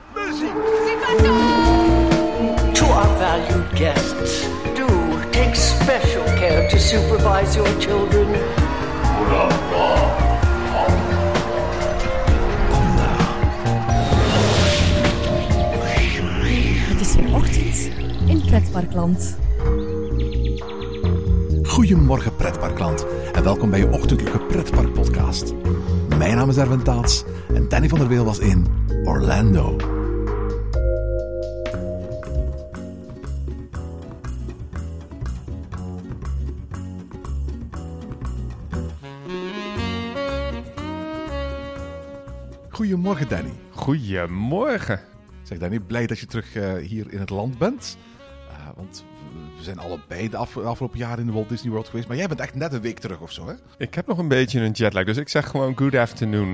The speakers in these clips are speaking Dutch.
Muziek! To our valued guests, do take special care to supervise your children. Het is weer ochtend in Pretparkland. Goedemorgen Pretparkland en welkom bij je ochtendelijke Pretparkpodcast. Mijn naam is Erwin Taats en Danny van der Weel was in Orlando. Goedemorgen Danny. Goedemorgen. Zeg Danny, blij dat je terug hier in het land bent. Want we zijn allebei de afgelopen jaren in de Walt Disney World geweest. Maar jij bent echt net een week terug of zo, hè? Ik heb nog een beetje een jetlag, dus ik zeg gewoon good afternoon.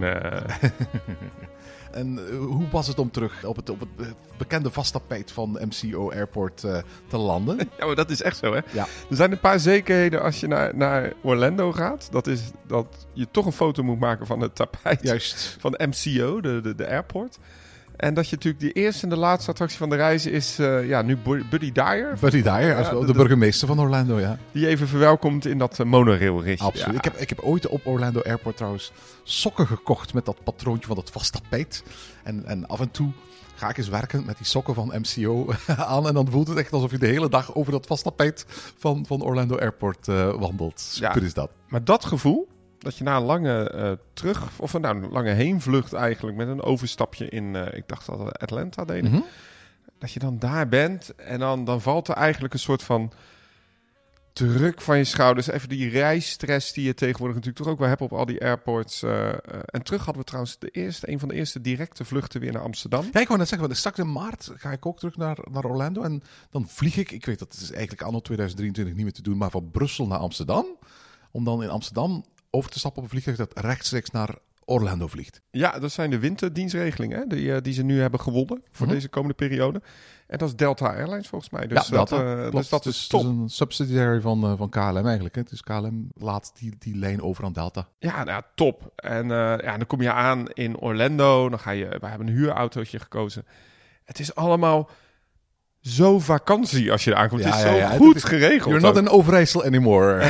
En hoe was het om terug op het bekende vasttapijt van MCO Airport te landen? Ja, maar dat is echt zo, hè? Ja. Er zijn een paar zekerheden als je naar Orlando gaat. Dat is dat je toch een foto moet maken van het tapijt. Juist. Van MCO, de airport. En dat je natuurlijk de eerste en de laatste attractie van de reis is nu Buddy Dyer. Buddy Dyer, de burgemeester van Orlando, ja. Die even verwelkomt in dat monorailritje. Absoluut. Ja. Ik heb ooit op Orlando Airport trouwens sokken gekocht met dat patroontje van dat vasttapijt. En af en toe ga ik eens werken met die sokken van MCO aan. En dan voelt het echt alsof je de hele dag over dat vasttapijt van Orlando Airport wandelt. Super is dat. Maar dat gevoel, dat je na een lange een lange heenvlucht eigenlijk met een overstapje in, ik dacht dat we Atlanta deden. Mm-hmm. Dat je dan daar bent en dan valt er eigenlijk een soort van druk van je schouders. Even die reisstress die je tegenwoordig natuurlijk toch ook wel hebt op al die airports. En terug hadden we trouwens een van de eerste directe vluchten weer naar Amsterdam. Ja, ik wou net zeggen, want straks in maart ga ik ook terug naar Orlando. En dan vlieg ik weet dat het is eigenlijk anno 2023 niet meer te doen, maar van Brussel naar Amsterdam. Om dan in Amsterdam over te stappen op een vliegtuig dat rechtstreeks naar Orlando vliegt. Ja, dat zijn de winterdienstregelingen die ze nu hebben gewonnen voor deze komende periode. En dat is Delta Airlines volgens mij. Dus ja, Delta. Dus dat is top. Het is een subsidiary van KLM eigenlijk. Hè? Dus KLM laat die lijn over aan Delta. Ja, nou, top. En dan kom je aan in Orlando. We hebben een huurautootje gekozen. Het is allemaal zo vakantie als je er aankomt. Het is zo goed geregeld. You're not in Overijssel anymore.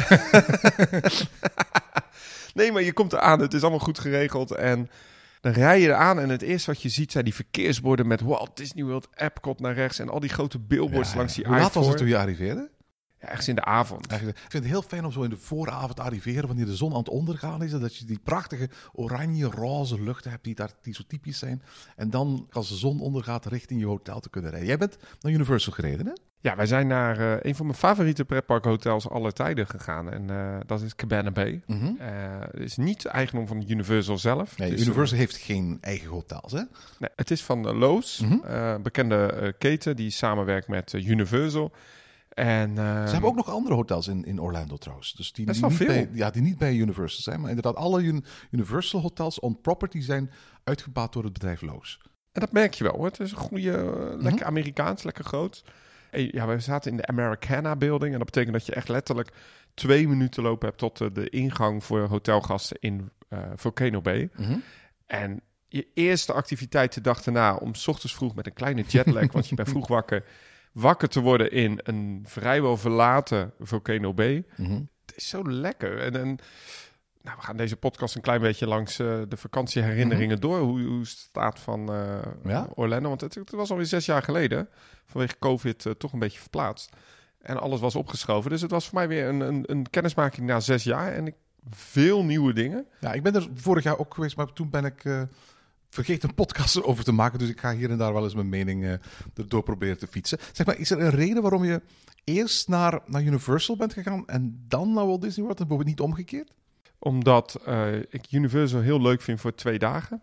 Nee, maar je komt eraan. Het is allemaal goed geregeld. En dan rij je eraan. En het eerste wat je ziet zijn die verkeersborden met Walt Disney World, Epcot naar rechts. En al die grote billboards langs die Hoe laat was het toen je arriveerde? Ja, ergens in de avond. Ik vind het heel fijn om zo in de vooravond te arriveren, wanneer de zon aan het ondergaan is. Dat je die prachtige oranje-roze luchten hebt die zo typisch zijn. En dan, als de zon ondergaat, richting je hotel te kunnen rijden. Jij bent naar Universal gereden, hè? Ja, wij zijn naar een van mijn favoriete pretparkhotels aller tijden gegaan. En dat is Cabana Bay. Mm-hmm. Het is niet eigendom van Universal zelf. Nee, Universal heeft geen eigen hotels, hè? Nee, het is van Lowe's, bekende keten die samenwerkt met Universal. En, ze hebben ook nog andere hotels in Orlando trouwens. Dus die niet bij Universal zijn. Maar inderdaad, alle Universal hotels on property zijn uitgebaat door het bedrijf Lowe's. En dat merk je wel hoor. Het is een goede, lekker Amerikaans, lekker groot. Ja, we zaten in de Americana building. En dat betekent dat je echt letterlijk 2 minuten lopen hebt tot de ingang voor hotelgasten in Volcano Bay. Mm-hmm. En je eerste activiteit de dag daarna om 's ochtends vroeg met een kleine jetlag, want je bent vroeg wakker te worden in een vrijwel verlaten Volcano Bay. Mm-hmm. Het is zo lekker. En we gaan deze podcast een klein beetje langs de vakantieherinneringen door. Hoe het staat van Orlando. Want het was alweer 6 jaar geleden. Vanwege COVID toch een beetje verplaatst. En alles was opgeschoven. Dus het was voor mij weer een kennismaking na 6 jaar. En veel nieuwe dingen. Ja, ik ben er vorig jaar ook geweest, maar toen ben ik vergeten een podcast over te maken. Dus ik ga hier en daar wel eens mijn mening erdoor proberen te fietsen. Zeg maar, is er een reden waarom je eerst naar Universal bent gegaan en dan naar Walt Disney World en bijvoorbeeld niet omgekeerd? Omdat ik Universal heel leuk vind voor 2 dagen.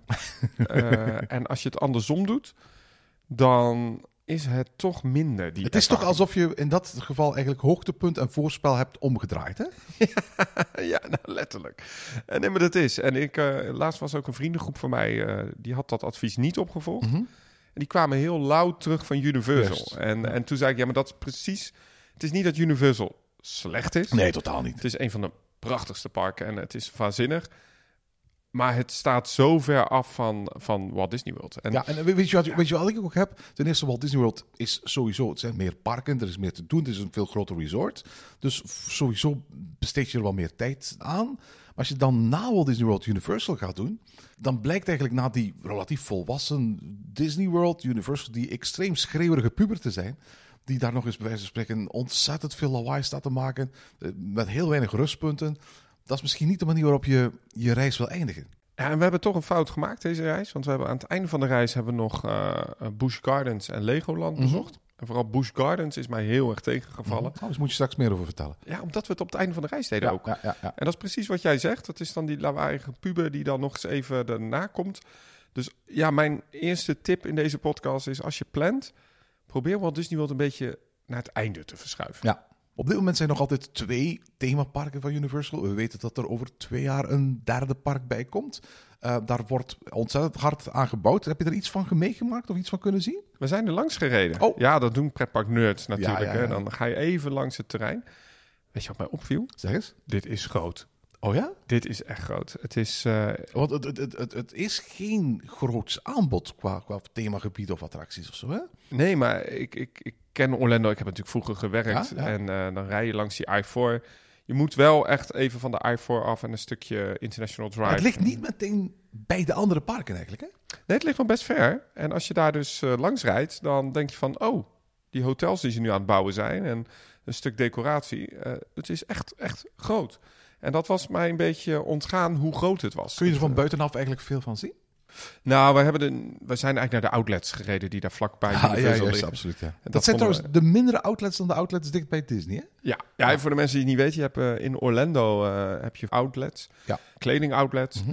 En als je het andersom doet, dan is het toch minder. Het is toch alsof je in dat geval eigenlijk hoogtepunt en voorspel hebt omgedraaid, hè? Ja, nou letterlijk. Nee, maar dat is. En laatst was ook een vriendengroep van mij, die had dat advies niet opgevolgd. Mm-hmm. En die kwamen heel lauw terug van Universal. En toen zei ik, ja, maar dat is precies... Het is niet dat Universal slecht is. Nee, totaal niet. Het is een van de prachtigste parken en het is waanzinnig. Maar het staat zo ver af van Walt Disney World. En weet je wat ik ook heb? Ten eerste, Walt Disney World is sowieso... Het zijn meer parken, er is meer te doen. Het is een veel groter resort. Dus sowieso besteed je er wel meer tijd aan. Maar als je dan na Walt Disney World Universal gaat doen... dan blijkt eigenlijk na die relatief volwassen Disney World Universal... die extreem schreeuwerige puber te zijn... die daar nog eens bij wijze van spreken ontzettend veel lawaai staat te maken... met heel weinig rustpunten... Dat is misschien niet de manier waarop je reis wil eindigen. Ja, en we hebben toch een fout gemaakt deze reis. Want we hebben aan het einde van de reis hebben we nog Busch Gardens en Legoland bezocht. En vooral Busch Gardens is mij heel erg tegengevallen. Dus moet je straks meer over vertellen. Ja, omdat we het op het einde van de reis deden ook. Ja. En dat is precies wat jij zegt. Dat is dan die lawaaiige puber die dan nog eens even daarna komt. Dus ja, mijn eerste tip in deze podcast is... als je plant, probeer Walt Disney World een beetje naar het einde te verschuiven. Ja. Op dit moment zijn er nog altijd 2 themaparken van Universal. We weten dat er over 2 jaar een 3e park bij komt. Daar wordt ontzettend hard aan gebouwd. Heb je er iets van meegemaakt of iets van kunnen zien? We zijn er langs gereden. Oh. Ja, dat doen pretpark nerds natuurlijk. Ja. Hè? Dan ga je even langs het terrein. Weet je wat mij opviel? Zeg eens. Dit is groot. Oh ja? Dit is echt groot. Het is... Want het is geen groots aanbod qua themagebied of attracties of zo, hè? Nee, maar ik ken Orlando. Ik heb natuurlijk vroeger gewerkt. Ja. En dan rij je langs die I-4. Je moet wel echt even van de I-4 af en een stukje International Drive. Maar het ligt niet meteen bij de andere parken eigenlijk, hè? Nee, het ligt wel best ver. En als je daar dus langs rijdt, dan denk je van... oh, die hotels die ze nu aan het bouwen zijn en een stuk decoratie. Het is echt groot. En dat was mij een beetje ontgaan hoe groot het was. Kun je er van buitenaf eigenlijk veel van zien? Nou, we zijn eigenlijk naar de outlets gereden die daar vlakbij Universal liggen. Absoluut, ja. Dat zijn trouwens de mindere outlets dan de outlets dicht bij Disney, hè? Ja, voor de mensen die het niet weten, je hebt in Orlando heb je outlets, kleding outlets.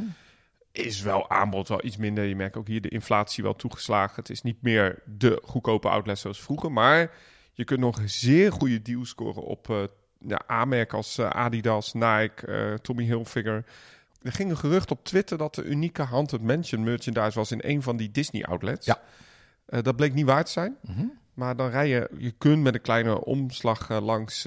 Is wel aanbod wel iets minder. Je merkt ook hier de inflatie wel toegeslagen. Het is niet meer de goedkope outlets zoals vroeger, maar je kunt nog zeer goede deals scoren op aanmerken als Adidas, Nike, Tommy Hilfiger. Er ging een gerucht op Twitter dat de unieke Haunted Mansion merchandise was in een van die Disney outlets. Ja. Dat bleek niet waar te zijn. Maar dan rij je kunt met een kleine omslag langs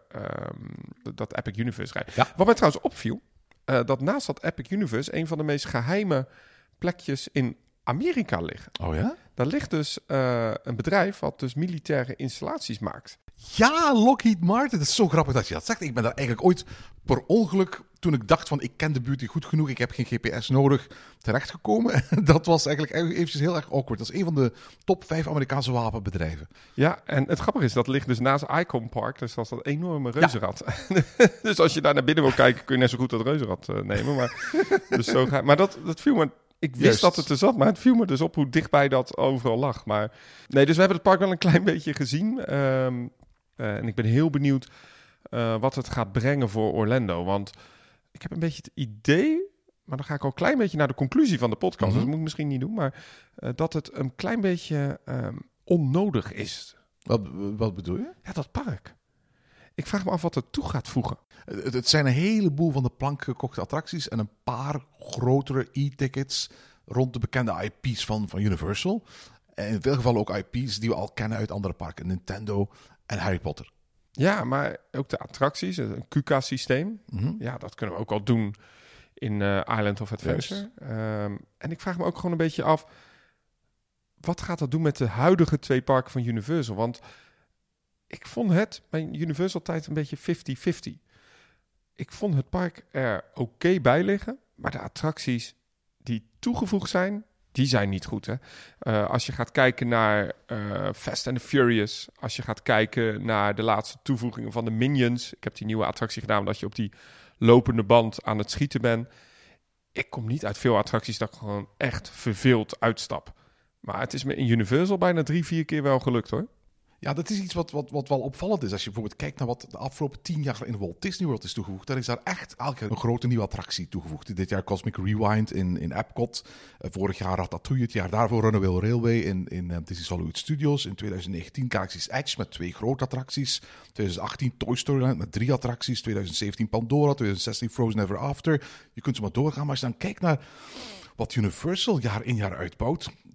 dat Epic Universe rijden. Ja. Wat mij trouwens opviel, dat naast dat Epic Universe een van de meest geheime plekjes in Amerika liggen. Oh ja? Daar ligt dus een bedrijf wat dus militaire installaties maakt. Ja, Lockheed Martin. Het is zo grappig dat je dat zegt. Ik ben daar eigenlijk ooit per ongeluk, toen ik dacht van ik ken de buurt niet goed genoeg, ik heb geen GPS nodig, terechtgekomen. Dat was eigenlijk eventjes heel erg awkward. Dat is een van de top 5 Amerikaanse wapenbedrijven. Ja, en het grappige is, dat ligt dus naast Icon Park. Dus dat is dat enorme reuzenrad. Ja. Dus als je daar naar binnen wil kijken, kun je net zo goed dat reuzenrad nemen. Maar dat viel me... Ik wist dat het er zat, maar het viel me dus op hoe dichtbij dat overal lag. Maar nee, dus we hebben het park wel een klein beetje gezien. En ik ben heel benieuwd wat het gaat brengen voor Orlando. Want ik heb een beetje het idee, maar dan ga ik al een klein beetje naar de conclusie van de podcast. Dus dat moet ik misschien niet doen, maar dat het een klein beetje onnodig is. Wat bedoel je? Ja, dat park. Ik vraag me af wat er toe gaat voegen. Het zijn een heleboel van de plank gekochte attracties en een paar grotere e-tickets rond de bekende IP's van Universal. En in veel gevallen ook IP's die we al kennen uit andere parken. Nintendo en Harry Potter. Ja, maar ook de attracties, een QK-systeem. Ja, dat kunnen we ook al doen in Island of Adventure. En ik vraag me ook gewoon een beetje af, wat gaat dat doen met de huidige 2 parken van Universal? Want ik vond het mijn Universal-tijd een beetje 50-50. Ik vond het park er oké bij liggen, maar de attracties die toegevoegd zijn, die zijn niet goed. Hè? Als je gaat kijken naar Fast and the Furious, als je gaat kijken naar de laatste toevoegingen van de Minions. Ik heb die nieuwe attractie gedaan, dat je op die lopende band aan het schieten bent. Ik kom niet uit veel attracties dat ik gewoon echt verveeld uitstap. Maar het is me in Universal bijna 3-4 keer wel gelukt, hoor. Ja, dat is iets wat wel opvallend is. Als je bijvoorbeeld kijkt naar wat de afgelopen 10 jaar in Walt Disney World is toegevoegd, dan is daar echt elke keer een grote nieuwe attractie toegevoegd. Dit jaar Cosmic Rewind in Epcot. Vorig jaar Ratatouille. Het jaar daarvoor Runaway Railway in Disney's Hollywood Studios. In 2019 Galaxy's Edge met 2 grote attracties. 2018 Toy Story Land met 3 attracties. 2017 Pandora. 2016 Frozen Ever After. Je kunt zo maar doorgaan. Maar als je dan kijkt naar wat Universal jaar in jaar uitbouwt.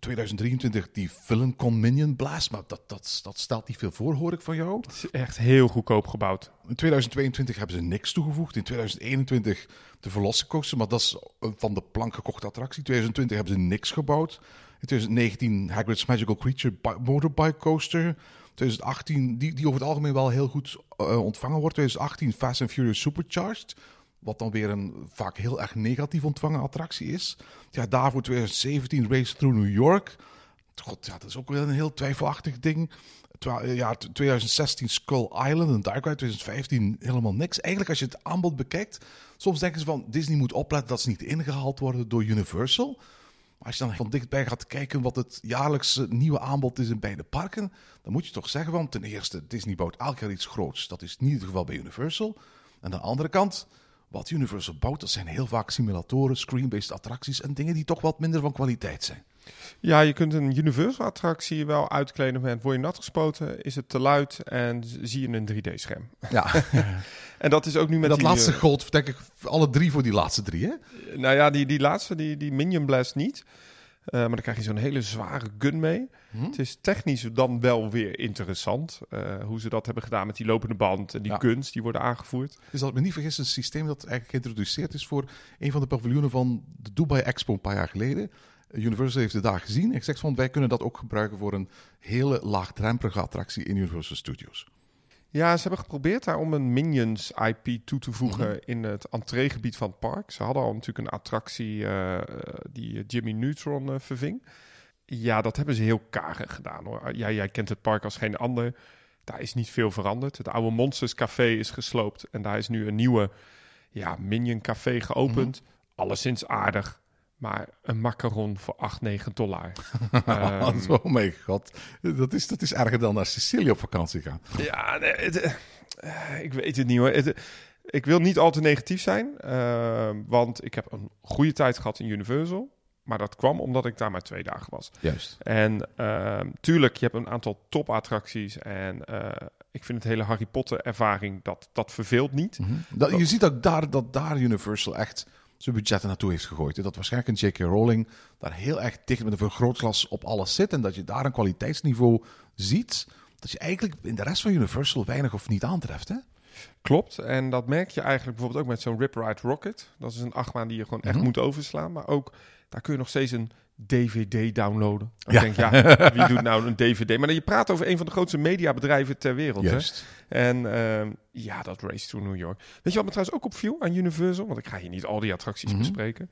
2023 die Villain Minion Blast, maar dat stelt niet veel voor, hoor ik van jou. Het is echt heel goedkoop gebouwd. In 2022 hebben ze niks toegevoegd. In 2021 de Velocicoaster, maar dat is van de plank gekochte attractie. In 2020 hebben ze niks gebouwd. In 2019 Hagrid's Magical Creature Motorbike Coaster. 2018, die over het algemeen wel heel goed ontvangen wordt. 2018 Fast and Furious Supercharged. Wat dan weer een vaak heel erg negatief ontvangen attractie is. Ja, daarvoor 2017 Race Through New York. God, ja, dat is ook weer een heel twijfelachtig ding. 2016 Skull Island en Dark Ride. 2015 helemaal niks. Eigenlijk als je het aanbod bekijkt, soms denken ze van Disney moet opletten dat ze niet ingehaald worden door Universal. Maar als je dan van dichtbij gaat kijken wat het jaarlijkse nieuwe aanbod is in beide parken, dan moet je toch zeggen van ten eerste, Disney bouwt elk jaar iets groots. Dat is niet het geval bij Universal. En aan de andere kant, wat Universal bouwt, dat zijn heel vaak simulatoren, screen-based attracties en dingen die toch wat minder van kwaliteit zijn. Ja, je kunt een Universal-attractie wel uitkleden. Maar word je nat gespoten, is het te luid en zie je een 3D-scherm. Ja. En dat is ook nu met dat laatste gold, denk ik, alle drie voor die laatste drie, hè? Nou ja, die laatste, die Minion Blast niet. Maar dan krijg je zo'n hele zware gun mee. Het is technisch dan wel weer interessant. Hoe ze dat hebben gedaan met die lopende band en die guns die worden aangevoerd. Dus dat me niet vergis, een systeem dat eigenlijk geïntroduceerd is voor een van de paviljoenen van de Dubai Expo een paar jaar geleden. Universal heeft het daar gezien en gezegd van wij kunnen dat ook gebruiken voor een hele laagdrempelige attractie in Universal Studios. Ja, ze hebben geprobeerd daar om een Minions IP toe te voegen in het entreegebied van het park. Ze hadden al natuurlijk een attractie die Jimmy Neutron verving. Ja, dat hebben ze heel karig gedaan, hoor. Jij kent het park als geen ander. Daar is niet veel veranderd. Het oude Monsters Café is gesloopt en daar is nu een nieuwe Minion Café geopend. Alleszins aardig. Maar een macaron voor $8-9. Oh mijn god. Dat is erger dan naar Sicilië op vakantie gaan. Ja, nee, ik weet het niet, hoor. Ik wil niet al te negatief zijn. Want ik heb een goede tijd gehad in Universal. Maar dat kwam omdat ik daar maar 2 dagen was. Juist. En tuurlijk, je hebt een aantal topattracties. En ik vind het hele Harry Potter ervaring, dat verveelt niet. Je ziet ook dat daar Universal echt zijn budgetten naartoe heeft gegooid. Dat waarschijnlijk een J.K. Rowling daar heel erg dicht met een vergrootglas op alles zit. En dat je daar een kwaliteitsniveau ziet dat je eigenlijk in de rest van Universal weinig of niet aantreft, hè? Klopt. En dat merk je eigenlijk bijvoorbeeld ook met zo'n Rip Ride Rocket. Dat is een achtbaan die je gewoon echt moet overslaan. Maar ook, daar kun je nog steeds een DVD downloaden. Ik denk, wie doet nou een DVD? Maar je praat over een van de grootste mediabedrijven ter wereld. Juist. Hè? En dat Race to New York. Weet je wat me trouwens ook opviel aan Universal? Want ik ga hier niet al die attracties bespreken.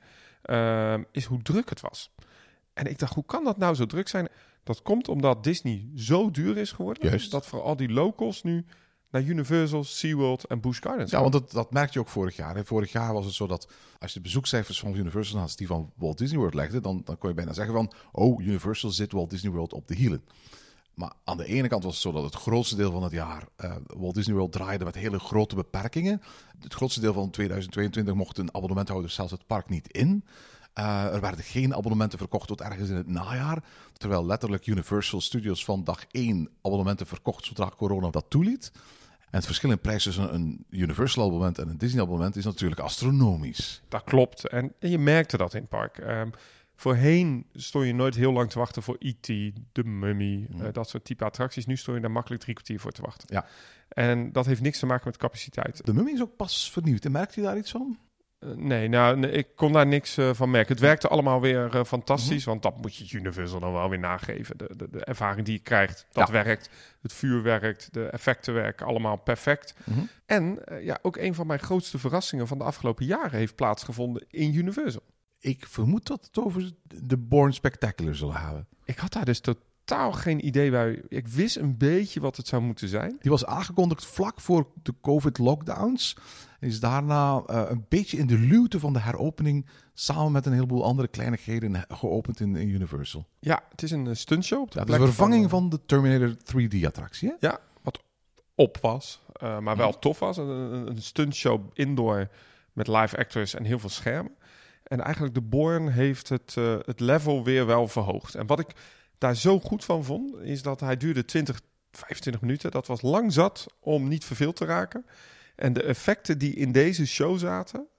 Is hoe druk het was. En ik dacht, hoe kan dat nou zo druk zijn? Dat komt omdat Disney zo duur is geworden. Juist. Dat voor al die locals nu naar Universal, SeaWorld en Busch Gardens. Ja, want dat merkte je ook vorig jaar. Hè. Vorig jaar was het zo dat als je de bezoekcijfers van Universal naast die van Walt Disney World legde, dan kon je bijna zeggen van, Universal zit Walt Disney World op de hielen. Maar aan de ene kant was het zo dat het grootste deel van het jaar Walt Disney World draaide met hele grote beperkingen. Het grootste deel van 2022 mochten abonnementhouders zelfs het park niet in. Er werden geen abonnementen verkocht tot ergens in het najaar. Terwijl letterlijk Universal Studios van dag 1 abonnementen verkocht zodra corona dat toeliet. En het verschil in prijs tussen een Universal abonnement en een Disney abonnement is natuurlijk astronomisch. Dat klopt. En je merkte dat in het park. Voorheen stond je nooit heel lang te wachten voor E.T., de Mummy, dat soort type attracties. Nu stond je daar makkelijk 3 kwartier voor te wachten. Ja. En dat heeft niks te maken met capaciteit. De Mummy is ook pas vernieuwd. En merkt u daar iets van? Nee, ik kon daar niks van merken. Het werkte allemaal weer fantastisch, want dat moet je Universal dan wel weer nageven. De ervaring die je krijgt, dat werkt. Het vuur werkt, de effecten werken allemaal perfect. En ook een van mijn grootste verrassingen van de afgelopen jaren heeft plaatsgevonden in Universal. Ik vermoed dat het over de Bourne Spectacular zullen hebben. Ik had daar dus totaal geen idee bij. Ik wist een beetje wat het zou moeten zijn. Die was aangekondigd vlak voor de COVID-lockdowns. En is daarna een beetje in de luwte van de heropening samen met een heleboel andere kleinigheden geopend in Universal. Ja, het is een stuntshow op de plek. Het is een vervanging van de Terminator 3D-attractie, hè? Ja, wat op was, maar wel tof was. Een stuntshow indoor met live actors en heel veel schermen. En eigenlijk de Bourne heeft het level weer wel verhoogd. En wat ik daar zo goed van vond, is dat hij duurde 25 minuten. Dat was lang zat om niet verveeld te raken. En de effecten die in deze show zaten,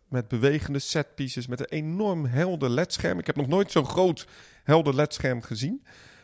met bewegende setpieces, met een enorm helder ledscherm. Ik heb nog nooit zo'n groot helder ledscherm gezien.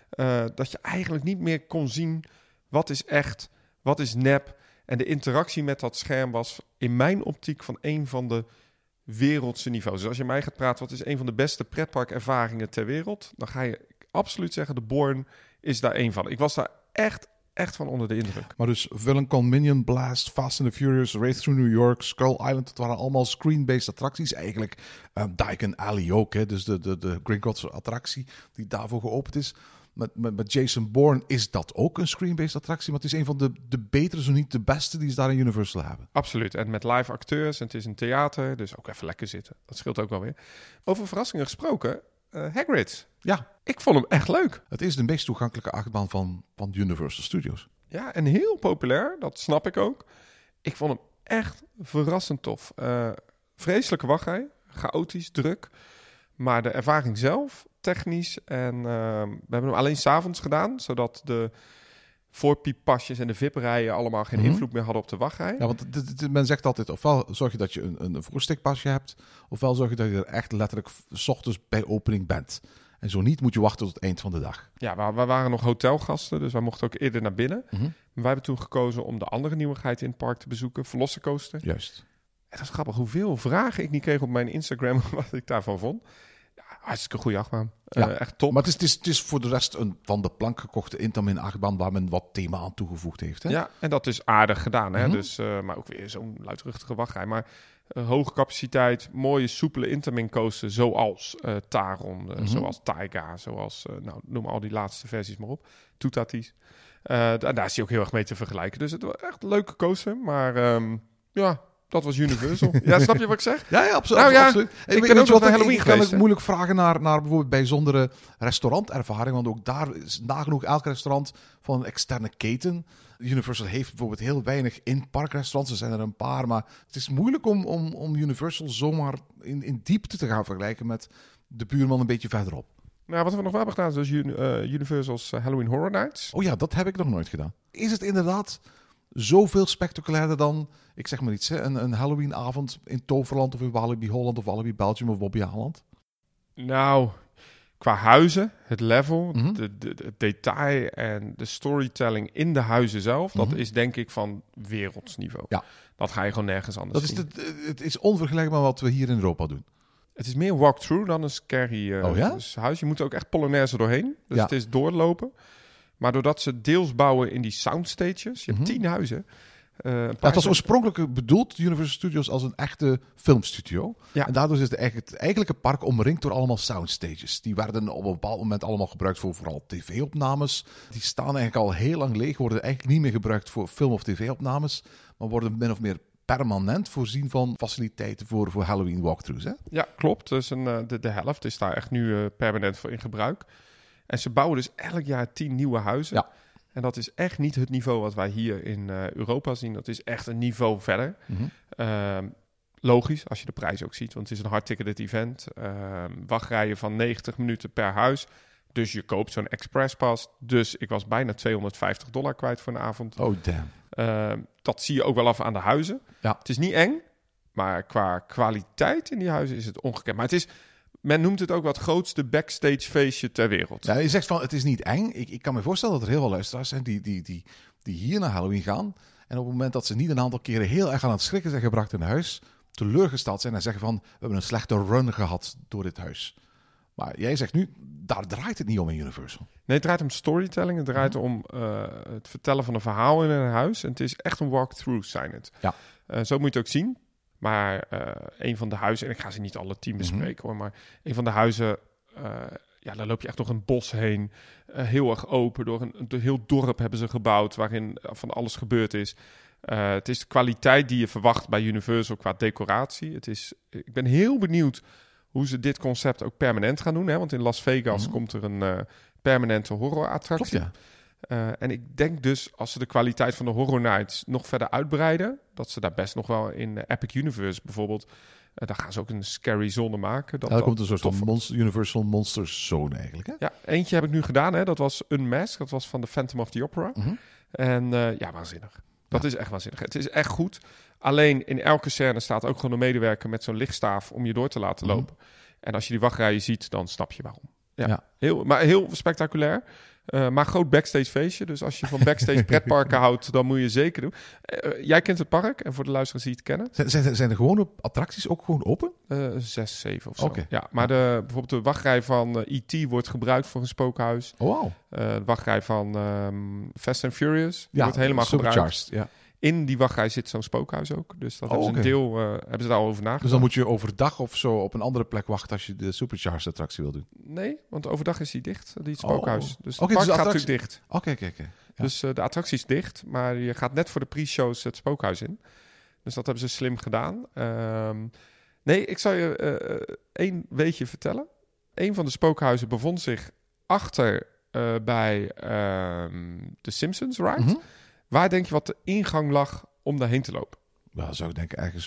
Dat je eigenlijk niet meer kon zien wat is echt, wat is nep. En de interactie met dat scherm was in mijn optiek van een van de wereldse niveaus. Dus als je mij gaat praten, wat is een van de beste pretparkervaringen ter wereld, dan ga je absoluut zeggen, de Bourne is daar één van. Ik was daar echt van onder de indruk. Maar dus Villain Con, Minion Blast, Fast and the Furious, Race Through New York, Skull Island, het waren allemaal screen-based attracties eigenlijk. Diagon Alley ook, hè, dus de Gringotts attractie die daarvoor geopend is. Met Jason Bourne is dat ook een screen-based attractie, maar het is een van de betere, zo niet de beste die ze daar in Universal hebben. Absoluut, en met live acteurs, en het is een theater, dus ook even lekker zitten. Dat scheelt ook wel weer. Over verrassingen gesproken, Hagrid. Ja. Ik vond hem echt leuk. Het is de meest toegankelijke achtbaan van Universal Studios. Ja, en heel populair, dat snap ik ook. Ik vond hem echt verrassend tof. Vreselijke wachtrij, chaotisch, druk. Maar de ervaring zelf, technisch. En we hebben hem alleen 's avonds gedaan, zodat de voorpieppasjes en de VIP-rijen allemaal geen invloed meer hadden op de wachtrij. Ja, want men zegt altijd, ofwel zorg je dat je een voorstikpasje hebt, ofwel zorg je dat je er echt letterlijk 's ochtends bij opening bent. En zo niet, moet je wachten tot het eind van de dag. Ja, we waren nog hotelgasten, dus wij mochten ook eerder naar binnen. Mm-hmm. Maar wij hebben toen gekozen om de andere nieuwigheid in het park te bezoeken, Velocicoaster. Juist. Het was grappig hoeveel vragen ik niet kreeg op mijn Instagram wat ik daarvan vond. Ja, hartstikke goede achtbaan. Ja. Echt top. Maar het is voor de rest een van de plank gekochte Intamin achtbaan waar men wat thema aan toegevoegd heeft. Hè? Ja, en dat is aardig gedaan. Hè? Mm-hmm. Dus, maar ook weer zo'n luidruchtige wachtrij. Maar hoge capaciteit, mooie soepele Intamin coaster zoals Taron, zoals Taiga, zoals, noem al die laatste versies maar op. Toetatis. Daar is hij ook heel erg mee te vergelijken. Dus het was echt een leuke coaster. Maar ja, dat was Universal. Ja, snap je wat ik zeg? Ja, absoluut. Nou ja, absoluut. ik ben ook nog naar Halloween geweest. Ik kan ook hè? moeilijk vragen naar bijvoorbeeld bijzondere restaurantervaring. Want ook daar is nagenoeg elk restaurant van een externe keten. Universal heeft bijvoorbeeld heel weinig in-parkrestaurants. Er zijn er een paar. Maar het is moeilijk om Universal zomaar in diepte te gaan vergelijken met de buurman een beetje verderop. Nou, wat we nog wel hebben gedaan is dus Universal's Halloween Horror Nights. Oh ja, dat heb ik nog nooit gedaan. Is het inderdaad zoveel spectaculairder dan, ik zeg maar iets, hè, een Halloweenavond in Toverland of in Walibi Holland of Walibi Belgium of Bobby Aland? Nou, qua huizen, het level, het detail en de storytelling in de huizen zelf, dat is denk ik van wereldsniveau. Ja. Dat ga je gewoon nergens anders zien. Het is onvergelijkbaar met wat we hier in Europa doen. Het is meer walkthrough dan een scary dus huis. Je moet er ook echt Polonaise doorheen. Dus het is doorlopen. Maar doordat ze deels bouwen in die soundstages, je hebt 10 huizen. Het was oorspronkelijk bedoeld, Universal Studios, als een echte filmstudio. Ja. En daardoor is het eigenlijke park omringd door allemaal soundstages. Die werden op een bepaald moment allemaal gebruikt voor vooral tv-opnames. Die staan eigenlijk al heel lang leeg, worden eigenlijk niet meer gebruikt voor film- of tv-opnames, maar worden min of meer permanent voorzien van faciliteiten voor Halloween walkthroughs. Hè? Ja, klopt. Dus de helft is daar echt nu permanent voor in gebruik. En ze bouwen dus elk jaar 10 nieuwe huizen. Ja. En dat is echt niet het niveau wat wij hier in Europa zien. Dat is echt een niveau verder. Logisch, als je de prijs ook ziet. Want het is een hard-ticketed event. Wachtrijen van 90 minuten per huis. Dus je koopt zo'n expresspass. Dus ik was bijna $250 kwijt voor een avond. Oh, damn. Dat zie je ook wel af aan de huizen. Ja. Het is niet eng. Maar qua kwaliteit in die huizen is het ongekend. Maar het is... Men noemt het ook wat grootste backstage feestje ter wereld. Ja, je zegt van het is niet eng. Ik kan me voorstellen dat er heel veel luisteraars zijn die hier naar Halloween gaan. En op het moment dat ze niet een aantal keren heel erg aan het schrikken zijn gebracht in huis, teleurgesteld zijn en zeggen van we hebben een slechte run gehad door dit huis. Maar jij zegt nu, daar draait het niet om in Universal. Nee, het draait om storytelling. Het draait om het vertellen van een verhaal in een huis. En het is echt een walkthrough, zijn het. Ja. Zo moet je het ook zien. Maar een van de huizen, en ik ga ze niet alle 10 bespreken hoor, maar een van de huizen, daar loop je echt door een bos heen. Heel erg open, door een heel dorp hebben ze gebouwd waarin van alles gebeurd is. Het is de kwaliteit die je verwacht bij Universal qua decoratie. Ik ben heel benieuwd hoe ze dit concept ook permanent gaan doen. Hè? Want in Las Vegas komt er een permanente horrorattractie. Klopt, ja. En ik denk dus, als ze de kwaliteit van de Horror Nights nog verder uitbreiden, dat ze daar best nog wel in Epic Universe bijvoorbeeld, daar gaan ze ook een scary zone maken. Daar komt een soort van Universal Monsters Zone eigenlijk. Hè? Ja, eentje heb ik nu gedaan. Hè? Dat was Unmasked. Dat was van de Phantom of the Opera. En waanzinnig. Dat is echt waanzinnig. Het is echt goed. Alleen in elke scène staat ook gewoon een medewerker met zo'n lichtstaaf om je door te laten lopen. En als je die wachtrijen ziet, dan snap je waarom. Ja. Heel spectaculair. Maar groot backstage feestje. Dus als je van backstage pretparken houdt, dan moet je zeker doen. Jij kent het park. En voor de luisteraars die het kennen. Zijn de gewone attracties ook gewoon open? 6, 7 of zo. Okay. Ja, maar bijvoorbeeld de wachtrij van E.T. wordt gebruikt voor een spookhuis. Oh, wow. De wachtrij van Fast and Furious wordt helemaal gebruikt. Ja. In die wachtrij zit zo'n spookhuis ook. Dus dat hebben ze een deel hebben ze daar al over nagedacht. Dus dan moet je overdag of zo op een andere plek wachten als je de Supercharged attractie wil doen? Nee, want overdag is die dicht, die spookhuis. Dus het park gaat natuurlijk dicht. Oké. Ja. Dus de attractie is dicht, maar je gaat net voor de pre-shows het spookhuis in. Dus dat hebben ze slim gedaan. Nee, ik zal je één weetje vertellen. Een van de spookhuizen bevond zich achter bij de Simpsons ride. Mm-hmm. Waar denk je wat de ingang lag om daarheen te lopen? Nou, zou ik denken ergens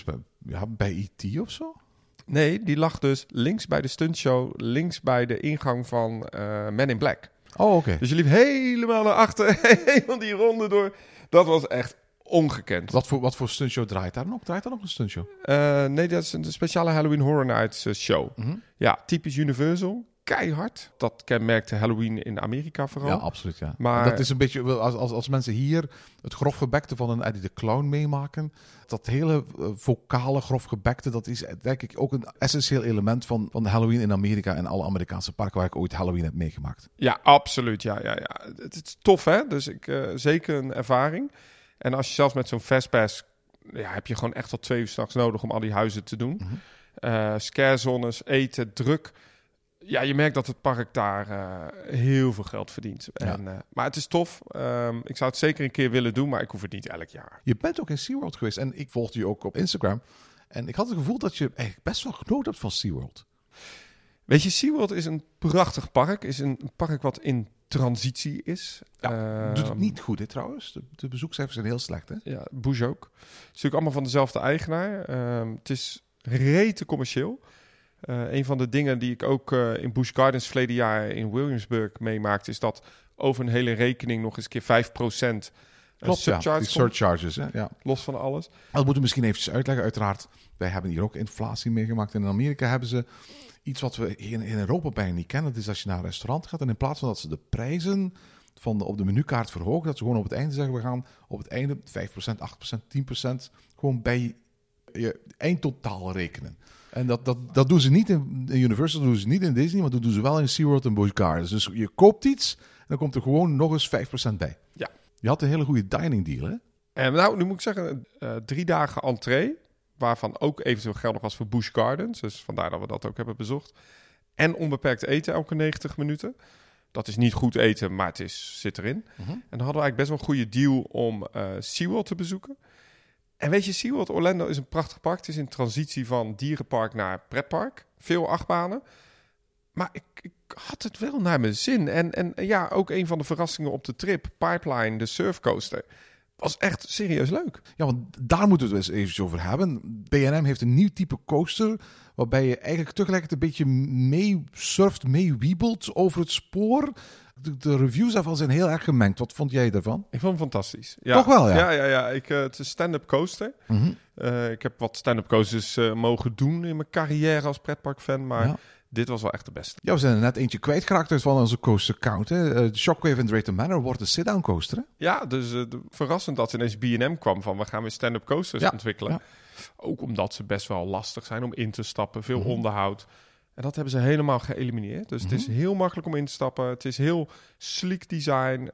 bij E.T. of zo? Nee, die lag dus links bij de stuntshow, links bij de ingang van Men in Black. Oh, oké. Dus je liep helemaal naar achter, helemaal die ronde door. Dat was echt ongekend. Wat voor stuntshow draait daar nog? Draait daar nog een stuntshow? Nee, dat is een speciale Halloween Horror Nights show. Mm-hmm. Ja, typisch Universal. Keihard. Dat kenmerkte Halloween in Amerika vooral. Ja, absoluut, ja. Maar dat is een beetje, als mensen hier het grofgebekte van een Eddie de Clown meemaken, dat hele vocale grofgebekte, dat is denk ik ook een essentieel element van Halloween in Amerika en alle Amerikaanse parken waar ik ooit Halloween heb meegemaakt. Ja, absoluut. Ja. Het is tof, hè? Dus zeker een ervaring. En als je zelfs met zo'n Fastpass, heb je gewoon echt al 2 uur 's nachts nodig om al die huizen te doen. Mm-hmm. Scarezones, eten, druk. Ja, je merkt dat het park daar heel veel geld verdient. Ja. Maar het is tof. Ik zou het zeker een keer willen doen, maar ik hoef het niet elk jaar. Je bent ook in SeaWorld geweest en ik volgde je ook op Instagram. En ik had het gevoel dat je eigenlijk best wel genoten hebt van SeaWorld. Weet je, SeaWorld is een prachtig park. Is een park wat in transitie is. Ja, doet het niet goed, hè, trouwens. De bezoekcijfers zijn heel slecht, hè? Ja, Bush ook. Het is natuurlijk allemaal van dezelfde eigenaar. Het is rete commercieel. Een van de dingen die ik ook in Busch Gardens verleden jaar in Williamsburg meemaakte, is dat over een hele rekening nog eens keer 5% Klopt, die surcharges, hè? Ja. Los van alles. Dat moeten we misschien eventjes uitleggen. Uiteraard, wij hebben hier ook inflatie meegemaakt. En in Amerika hebben ze iets wat we in Europa bijna niet kennen. Dat is als je naar een restaurant gaat en in plaats van dat ze de prijzen op de menukaart verhogen, dat ze gewoon op het einde zeggen, we gaan op het einde 5%, 8%, 10% gewoon bij je eindtotaal rekenen. En dat doen ze niet in Universal, dat doen ze niet in Disney, maar dat doen ze wel in SeaWorld en Busch Gardens. Dus je koopt iets en dan komt er gewoon nog eens 5% bij. Ja. Je had een hele goede dining deal, hè? En nou, nu moet ik zeggen, 3 dagen entree, waarvan ook eventueel geldig was voor Busch Gardens. Dus vandaar dat we dat ook hebben bezocht. En onbeperkt eten elke 90 minuten. Dat is niet goed eten, maar het zit erin. Mm-hmm. En dan hadden we eigenlijk best wel een goede deal om SeaWorld te bezoeken. En weet je, SeaWorld Orlando is een prachtig park. Het is in transitie van dierenpark naar pretpark. Veel achtbanen. Maar ik had het wel naar mijn zin. En ja, ook een van de verrassingen op de trip, Pipeline, de surfcoaster, was echt serieus leuk. Ja, want daar moeten we het eens eventjes over hebben. B&M heeft een nieuw type coaster, waarbij je eigenlijk tegelijkertijd een beetje meesurft, meewiebelt over het spoor. De reviews daarvan zijn heel erg gemengd. Wat vond jij daarvan? Ik vond hem fantastisch. Ja. Toch wel, ja? Ja. Het is een stand-up coaster. Mm-hmm. Ik heb wat stand-up coasters mogen doen in mijn carrière als pretparkfan, maar dit was wel echt de beste. Ja, we zijn er net eentje kwijtgeraakt uit van onze coaster count. Hè? De Shockwave in Drayton Manor wordt een sit-down coaster, hè? Ja, dus verrassend dat ineens B&M kwam van, we gaan weer stand-up coasters ontwikkelen. Ja. Ook omdat ze best wel lastig zijn om in te stappen, veel onderhoud. En dat hebben ze helemaal geëlimineerd. Dus het is heel makkelijk om in te stappen. Het is heel sleek design.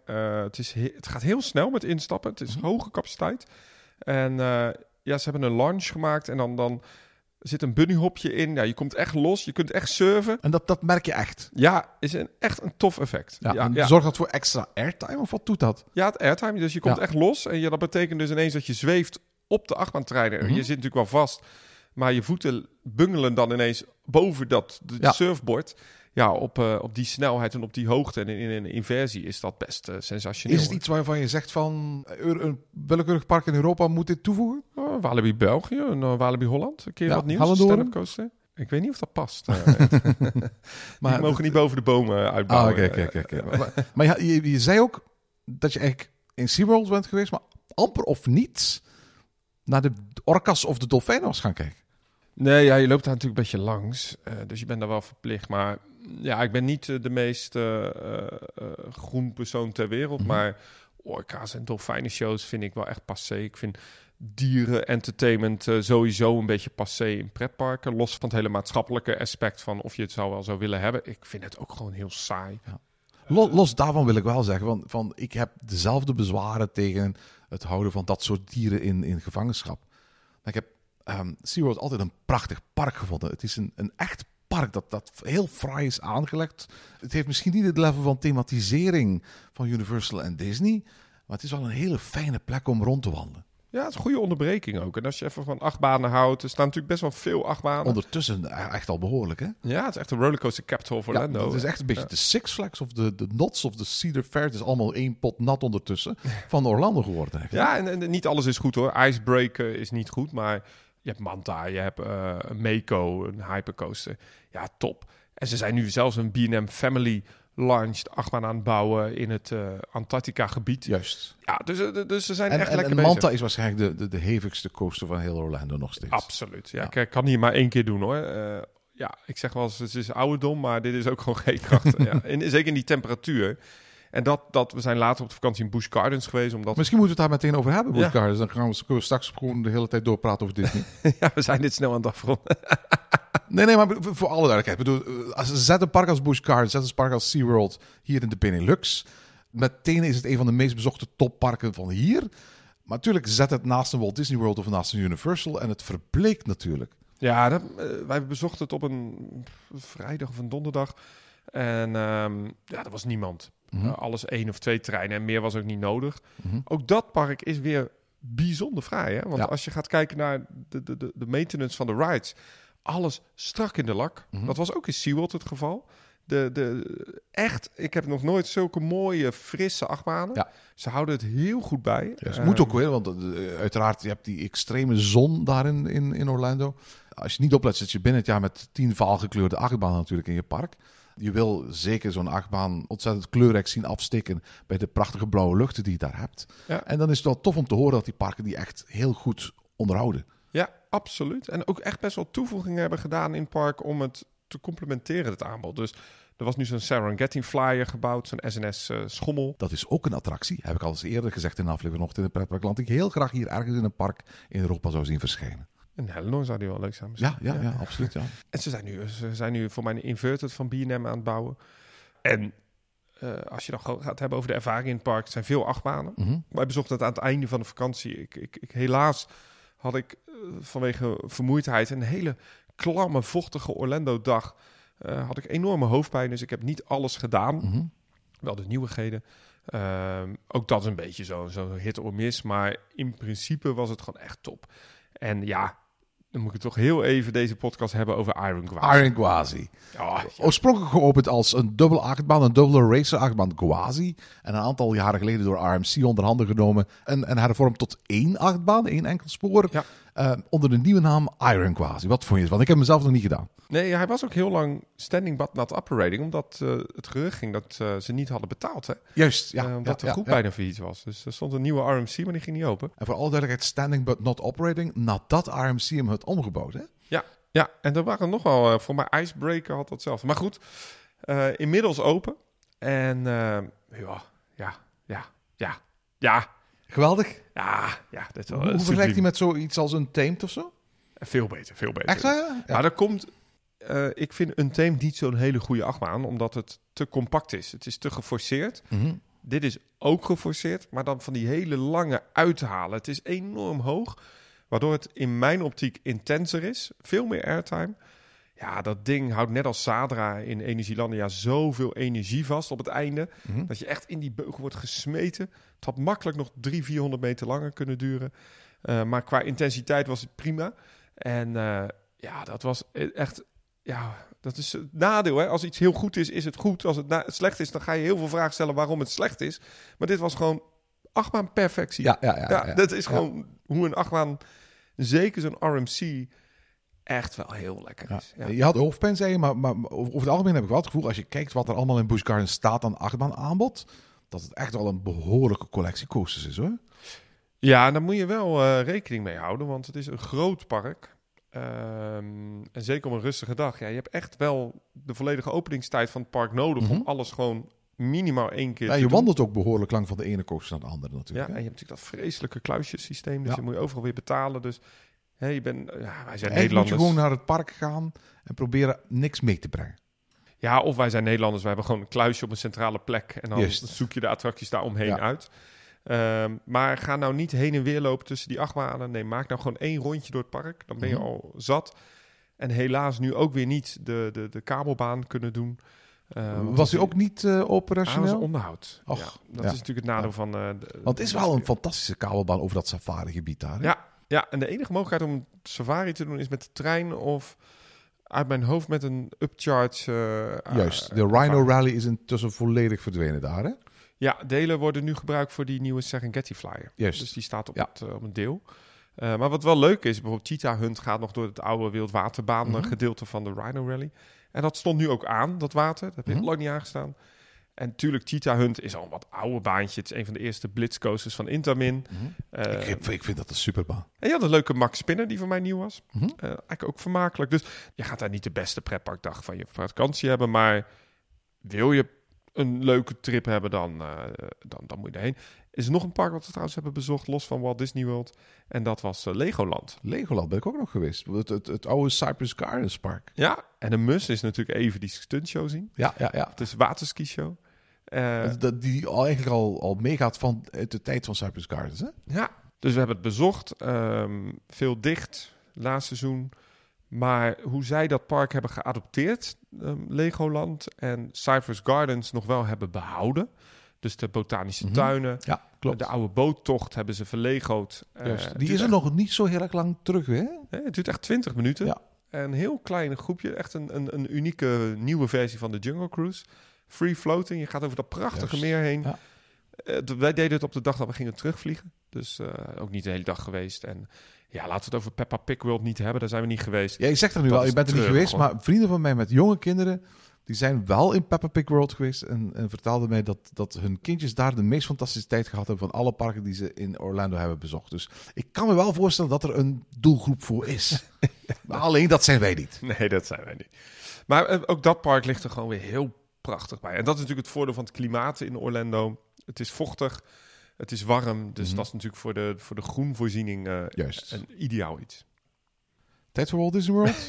Het gaat heel snel met instappen. Het is hoge capaciteit. En ze hebben een launch gemaakt. En dan zit een bunnyhopje in. Ja, je komt echt los. Je kunt echt surfen. En dat merk je echt? Ja, is echt een tof effect. Zorgt dat voor extra airtime of wat doet dat? Ja, het airtime. Dus je komt echt los. En dat betekent dus ineens dat je zweeft op de achtbaantreinen. Je zit natuurlijk wel vast. Maar je voeten bungelen dan ineens boven dat surfboard. Ja, op die snelheid en op die hoogte en in een inversie is dat best sensationeel. Is het iets waarvan je zegt van een willekeurig park in Europa moet dit toevoegen? Walibi België, Walibi Holland. Een keer wat nieuws, stand-up coaster. Ik weet niet of dat past. Maar die mogen niet boven de bomen uitbouwen. Oké. Maar je zei ook dat je eigenlijk in SeaWorld bent geweest, maar amper of niet naar de orka's of de dolfijnen was gaan kijken. Nee, ja, je loopt daar natuurlijk een beetje langs. Dus je bent daar wel verplicht. Maar ja, ik ben niet de meest groen persoon ter wereld. Maar orka's en dolfijnenshows vind ik wel echt passé. Ik vind dieren-entertainment sowieso een beetje passé in pretparken. Los van het hele maatschappelijke aspect van of je het wel zou willen hebben. Ik vind het ook gewoon heel saai. Ja. Los daarvan wil ik wel zeggen, van ik heb dezelfde bezwaren tegen het houden van dat soort dieren in gevangenschap. Ik heb SeaWorld altijd een prachtig park gevonden. Het is een echt park dat heel fraai is aangelegd. Het heeft misschien niet het level van thematisering van Universal en Disney, maar het is wel een hele fijne plek om rond te wandelen. Ja, het is een goede onderbreking ook. En als je even van achtbanen houdt, er staan natuurlijk best wel veel achtbanen. Ondertussen echt al behoorlijk, hè? Ja, het is echt een rollercoaster capital of Orlando. Ja, het is echt een beetje de Six Flags of de Knott's of de Cedar Fair. Het is allemaal één pot nat ondertussen van Orlando geworden. Eigenlijk. Ja, en niet alles is goed hoor. Icebreaker is niet goed, maar je hebt Manta, je hebt een Mako, een hypercoaster. Ja, top. En ze zijn nu zelfs een B&M Family launched achtbaan aan het bouwen in het Antarctica-gebied. Juist. Ja, dus ze zijn echt lekker bezig. Manta is waarschijnlijk de hevigste coaster van heel Orlando nog steeds. Absoluut. Ja. Ik kan hier maar 1 keer doen hoor. Ja, ik zeg wel eens, het is ouderdom, maar dit is ook gewoon geen kracht. Ja. Zeker in die temperatuur. En we zijn later op de vakantie in Busch Gardens geweest. Omdat... Misschien moeten we het daar meteen over hebben, Busch Gardens. Dan kunnen we straks gewoon de hele tijd doorpraten over Disney. Ja, we zijn dit snel aan het afronden. Nee, maar voor alle duidelijkheid. Ik bedoel, zet een park als Busch Gardens, zet een park als SeaWorld hier in de Benelux. Meteen is het een van de meest bezochte topparken van hier. Maar natuurlijk, zet het naast een Walt Disney World of naast een Universal en het verbleekt natuurlijk. Ja, wij bezochten het op een vrijdag of een donderdag. En er was niemand. Alles 1 of 2 treinen en meer was ook niet nodig. Ook dat park is weer bijzonder fraai. Hè? Want als je gaat kijken naar de maintenance van de rides, alles strak in de lak. Dat was ook in SeaWorld het geval. Echt, ik heb nog nooit zulke mooie, frisse achtbanen. Ja. Ze houden het heel goed bij. Ja, het moet ook weer, want uiteraard, je hebt die extreme zon daarin in Orlando. Als je niet oplet, zit je binnen het jaar met 10 vaalgekleurde achtbanen natuurlijk in je park. Je wil zeker zo'n achtbaan ontzettend kleurrijk zien afsteken bij de prachtige blauwe luchten die je daar hebt. Ja. En dan is het wel tof om te horen dat die parken die echt heel goed onderhouden. Ja, absoluut. En ook echt best wel toevoegingen hebben gedaan in het park om het te complementeren, het aanbod. Dus er was nu zo'n Serengeti Flyer gebouwd, zo'n SNS schommel. Dat is ook een attractie, heb ik al eens eerder gezegd in de aflevering nog in het pretparkland. Ik heel graag hier ergens in een park in Europa zou zien verschijnen. En Hellendoorn zou die wel leuk zijn. Ja, absoluut. Ja. En ze zijn nu voor mij een Inverted van B&M aan het bouwen. En als je dan gewoon gaat hebben over de ervaring in het park, het zijn veel achtbanen. Wij bezochten het aan het einde van de vakantie. Helaas had ik vanwege vermoeidheid een hele klamme, vochtige Orlando-dag. Had ik enorme hoofdpijn, dus ik heb niet alles gedaan. Wel de nieuwigheden. Ook dat is een beetje zo hit or miss. Maar in principe was het gewoon echt top. En ja, dan moet ik toch heel even deze podcast hebben over Iron Gwazi. Iron Gwazi. Ja. Oorspronkelijk geopend als een dubbele achtbaan, een dubbele racer achtbaan Gwazi. En een aantal jaren geleden door RMC onder handen genomen en hervormd tot 1 achtbaan, 1 enkel spoor. Ja. Onder de nieuwe naam Iron Gwazi. Wat vond je? Want ik heb hem zelf nog niet gedaan. Nee, hij was ook heel lang standing but not operating, omdat het gerucht ging dat ze niet hadden betaald. Hè? Juist, ja. Omdat de groep bijna failliet was. Dus er stond een nieuwe RMC, maar die ging niet open. En voor alle duidelijkheid, standing but not operating, nadat RMC hem had omgebouwd, hè? Ja, en er waren nog wel, voor mij Icebreaker had datzelfde. Maar goed, inmiddels open. En ja. Geweldig. Ja. Hoe vergelijkt hij met zoiets als een Tamed of zo? Veel beter. Echt waar? Ja. Maar dat komt... ik vind een Tamed niet zo'n hele goede achtbaan, omdat het te compact is. Het is te geforceerd. Dit is ook geforceerd, maar dan van die hele lange uithalen. Het is enorm hoog, waardoor het in mijn optiek intenser is. Veel meer airtime. Ja, dat ding houdt net als Sadra in Energielandia zoveel energie vast op het einde. Dat je echt in die beugel wordt gesmeten. Het had makkelijk nog 300-400 meter langer kunnen duren. Maar qua intensiteit was het prima. En dat was echt... Ja, dat is het nadeel. Hè? Als iets heel goed is, is het goed. Als het slecht is, dan ga je heel veel vragen stellen waarom het slecht is. Maar dit was gewoon achtbaan perfectie. Ja, dat is gewoon hoe een achtbaan, zeker zo'n RMC, echt wel heel lekker is. Ja. Je had hoofdpijn, zei je, maar over het algemeen heb ik wel het gevoel, als je kijkt wat er allemaal in Busch Gardens staat aan achtbaan aanbod, dat het echt wel een behoorlijke collectie coasters is, hoor. Ja, daar moet je wel rekening mee houden, want het is een groot park. En zeker op een rustige dag. Ja, je hebt echt wel de volledige openingstijd van het park nodig om alles gewoon minimaal 1 keer te doen. Je wandelt ook behoorlijk lang van de ene coaster naar de andere natuurlijk. Ja, en je hebt natuurlijk dat vreselijke kluisjesysteem, dus dan moet je overal weer betalen. Dus wij zijn Eigenlijk Nederlanders. moet je gewoon naar het park gaan en proberen niks mee te brengen. Ja, of wij zijn Nederlanders. Wij hebben gewoon een kluisje op een centrale plek. En dan zoek je de attracties daar omheen uit. Maar ga nou niet heen en weer lopen tussen die achtbanen. Nee, maak nou gewoon 1 rondje door het park. Dan ben je al zat. En helaas nu ook weer niet de kabelbaan kunnen doen. Was hij ook niet operationeel? Hij was onderhoud. Dat is natuurlijk het nadeel van... Want het is wel een fantastische kabelbaan over dat safari-gebied daar. Hè? Ja, en de enige mogelijkheid om safari te doen is met de trein of uit mijn hoofd met een upcharge. Juist, de Rhino Rally is intussen volledig verdwenen daar, hè? Ja, delen worden nu gebruikt voor die nieuwe Serengeti Flyer. Juist. Dus die staat op een deel. Maar wat wel leuk is, bijvoorbeeld Cheetah Hunt gaat nog door het oude wildwaterbaan gedeelte van de Rhino Rally. En dat stond nu ook aan, dat water. Dat heb ik lang niet aangestaan. En natuurlijk, Cheetah Hunt is al een wat oude baantje. Het is een van de eerste blitzcoasters van Intamin. Ik vind dat een superbaan. En je had een leuke Max Spinner die voor mij nieuw was. Eigenlijk ook vermakelijk. Dus je gaat daar niet de beste pretparkdag van je vakantie hebben. Maar wil je een leuke trip hebben, dan moet je erheen. Is er nog een park wat we trouwens hebben bezocht, los van Walt Disney World. En dat was Legoland. Legoland ben ik ook nog geweest. Het oude Cypress Gardens park. Ja, en een must is natuurlijk even die stuntshow zien. Ja. Het is waterski-show. Die eigenlijk al meegaat van de tijd van Cypress Gardens, hè? Ja, dus we hebben het bezocht. Veel dicht, laatst seizoen. Maar hoe zij dat park hebben geadopteerd, Legoland en Cypress Gardens nog wel hebben behouden. Dus de botanische tuinen, klopt. De oude boottocht hebben ze verlegoed. Die is er nog niet zo heel erg lang terug, hè? Het duurt echt 20 minuten. Ja. Een heel klein groepje, echt een unieke nieuwe versie van de Jungle Cruise. Free floating, je gaat over dat prachtige meer heen. Ja. Wij deden het op de dag dat we gingen terugvliegen. Dus ook niet de hele dag geweest. En ja, laten we het over Peppa Pig World niet hebben. Daar zijn we niet geweest. Ja, je zegt er nu wel, je bent er niet geweest. Maar vrienden van mij met jonge kinderen, die zijn wel in Peppa Pig World geweest. En vertelden mij dat hun kindjes daar de meest fantastische tijd gehad hebben van alle parken die ze in Orlando hebben bezocht. Dus ik kan me wel voorstellen dat er een doelgroep voor is. Maar alleen dat zijn wij niet. Nee, dat zijn wij niet. Maar ook dat park ligt er gewoon weer heel prachtig bij. En dat is natuurlijk het voordeel van het klimaat in Orlando. Het is vochtig, het is warm. Dus dat is natuurlijk voor de groenvoorziening een ideaal iets. Tijd voor Walt Disney World?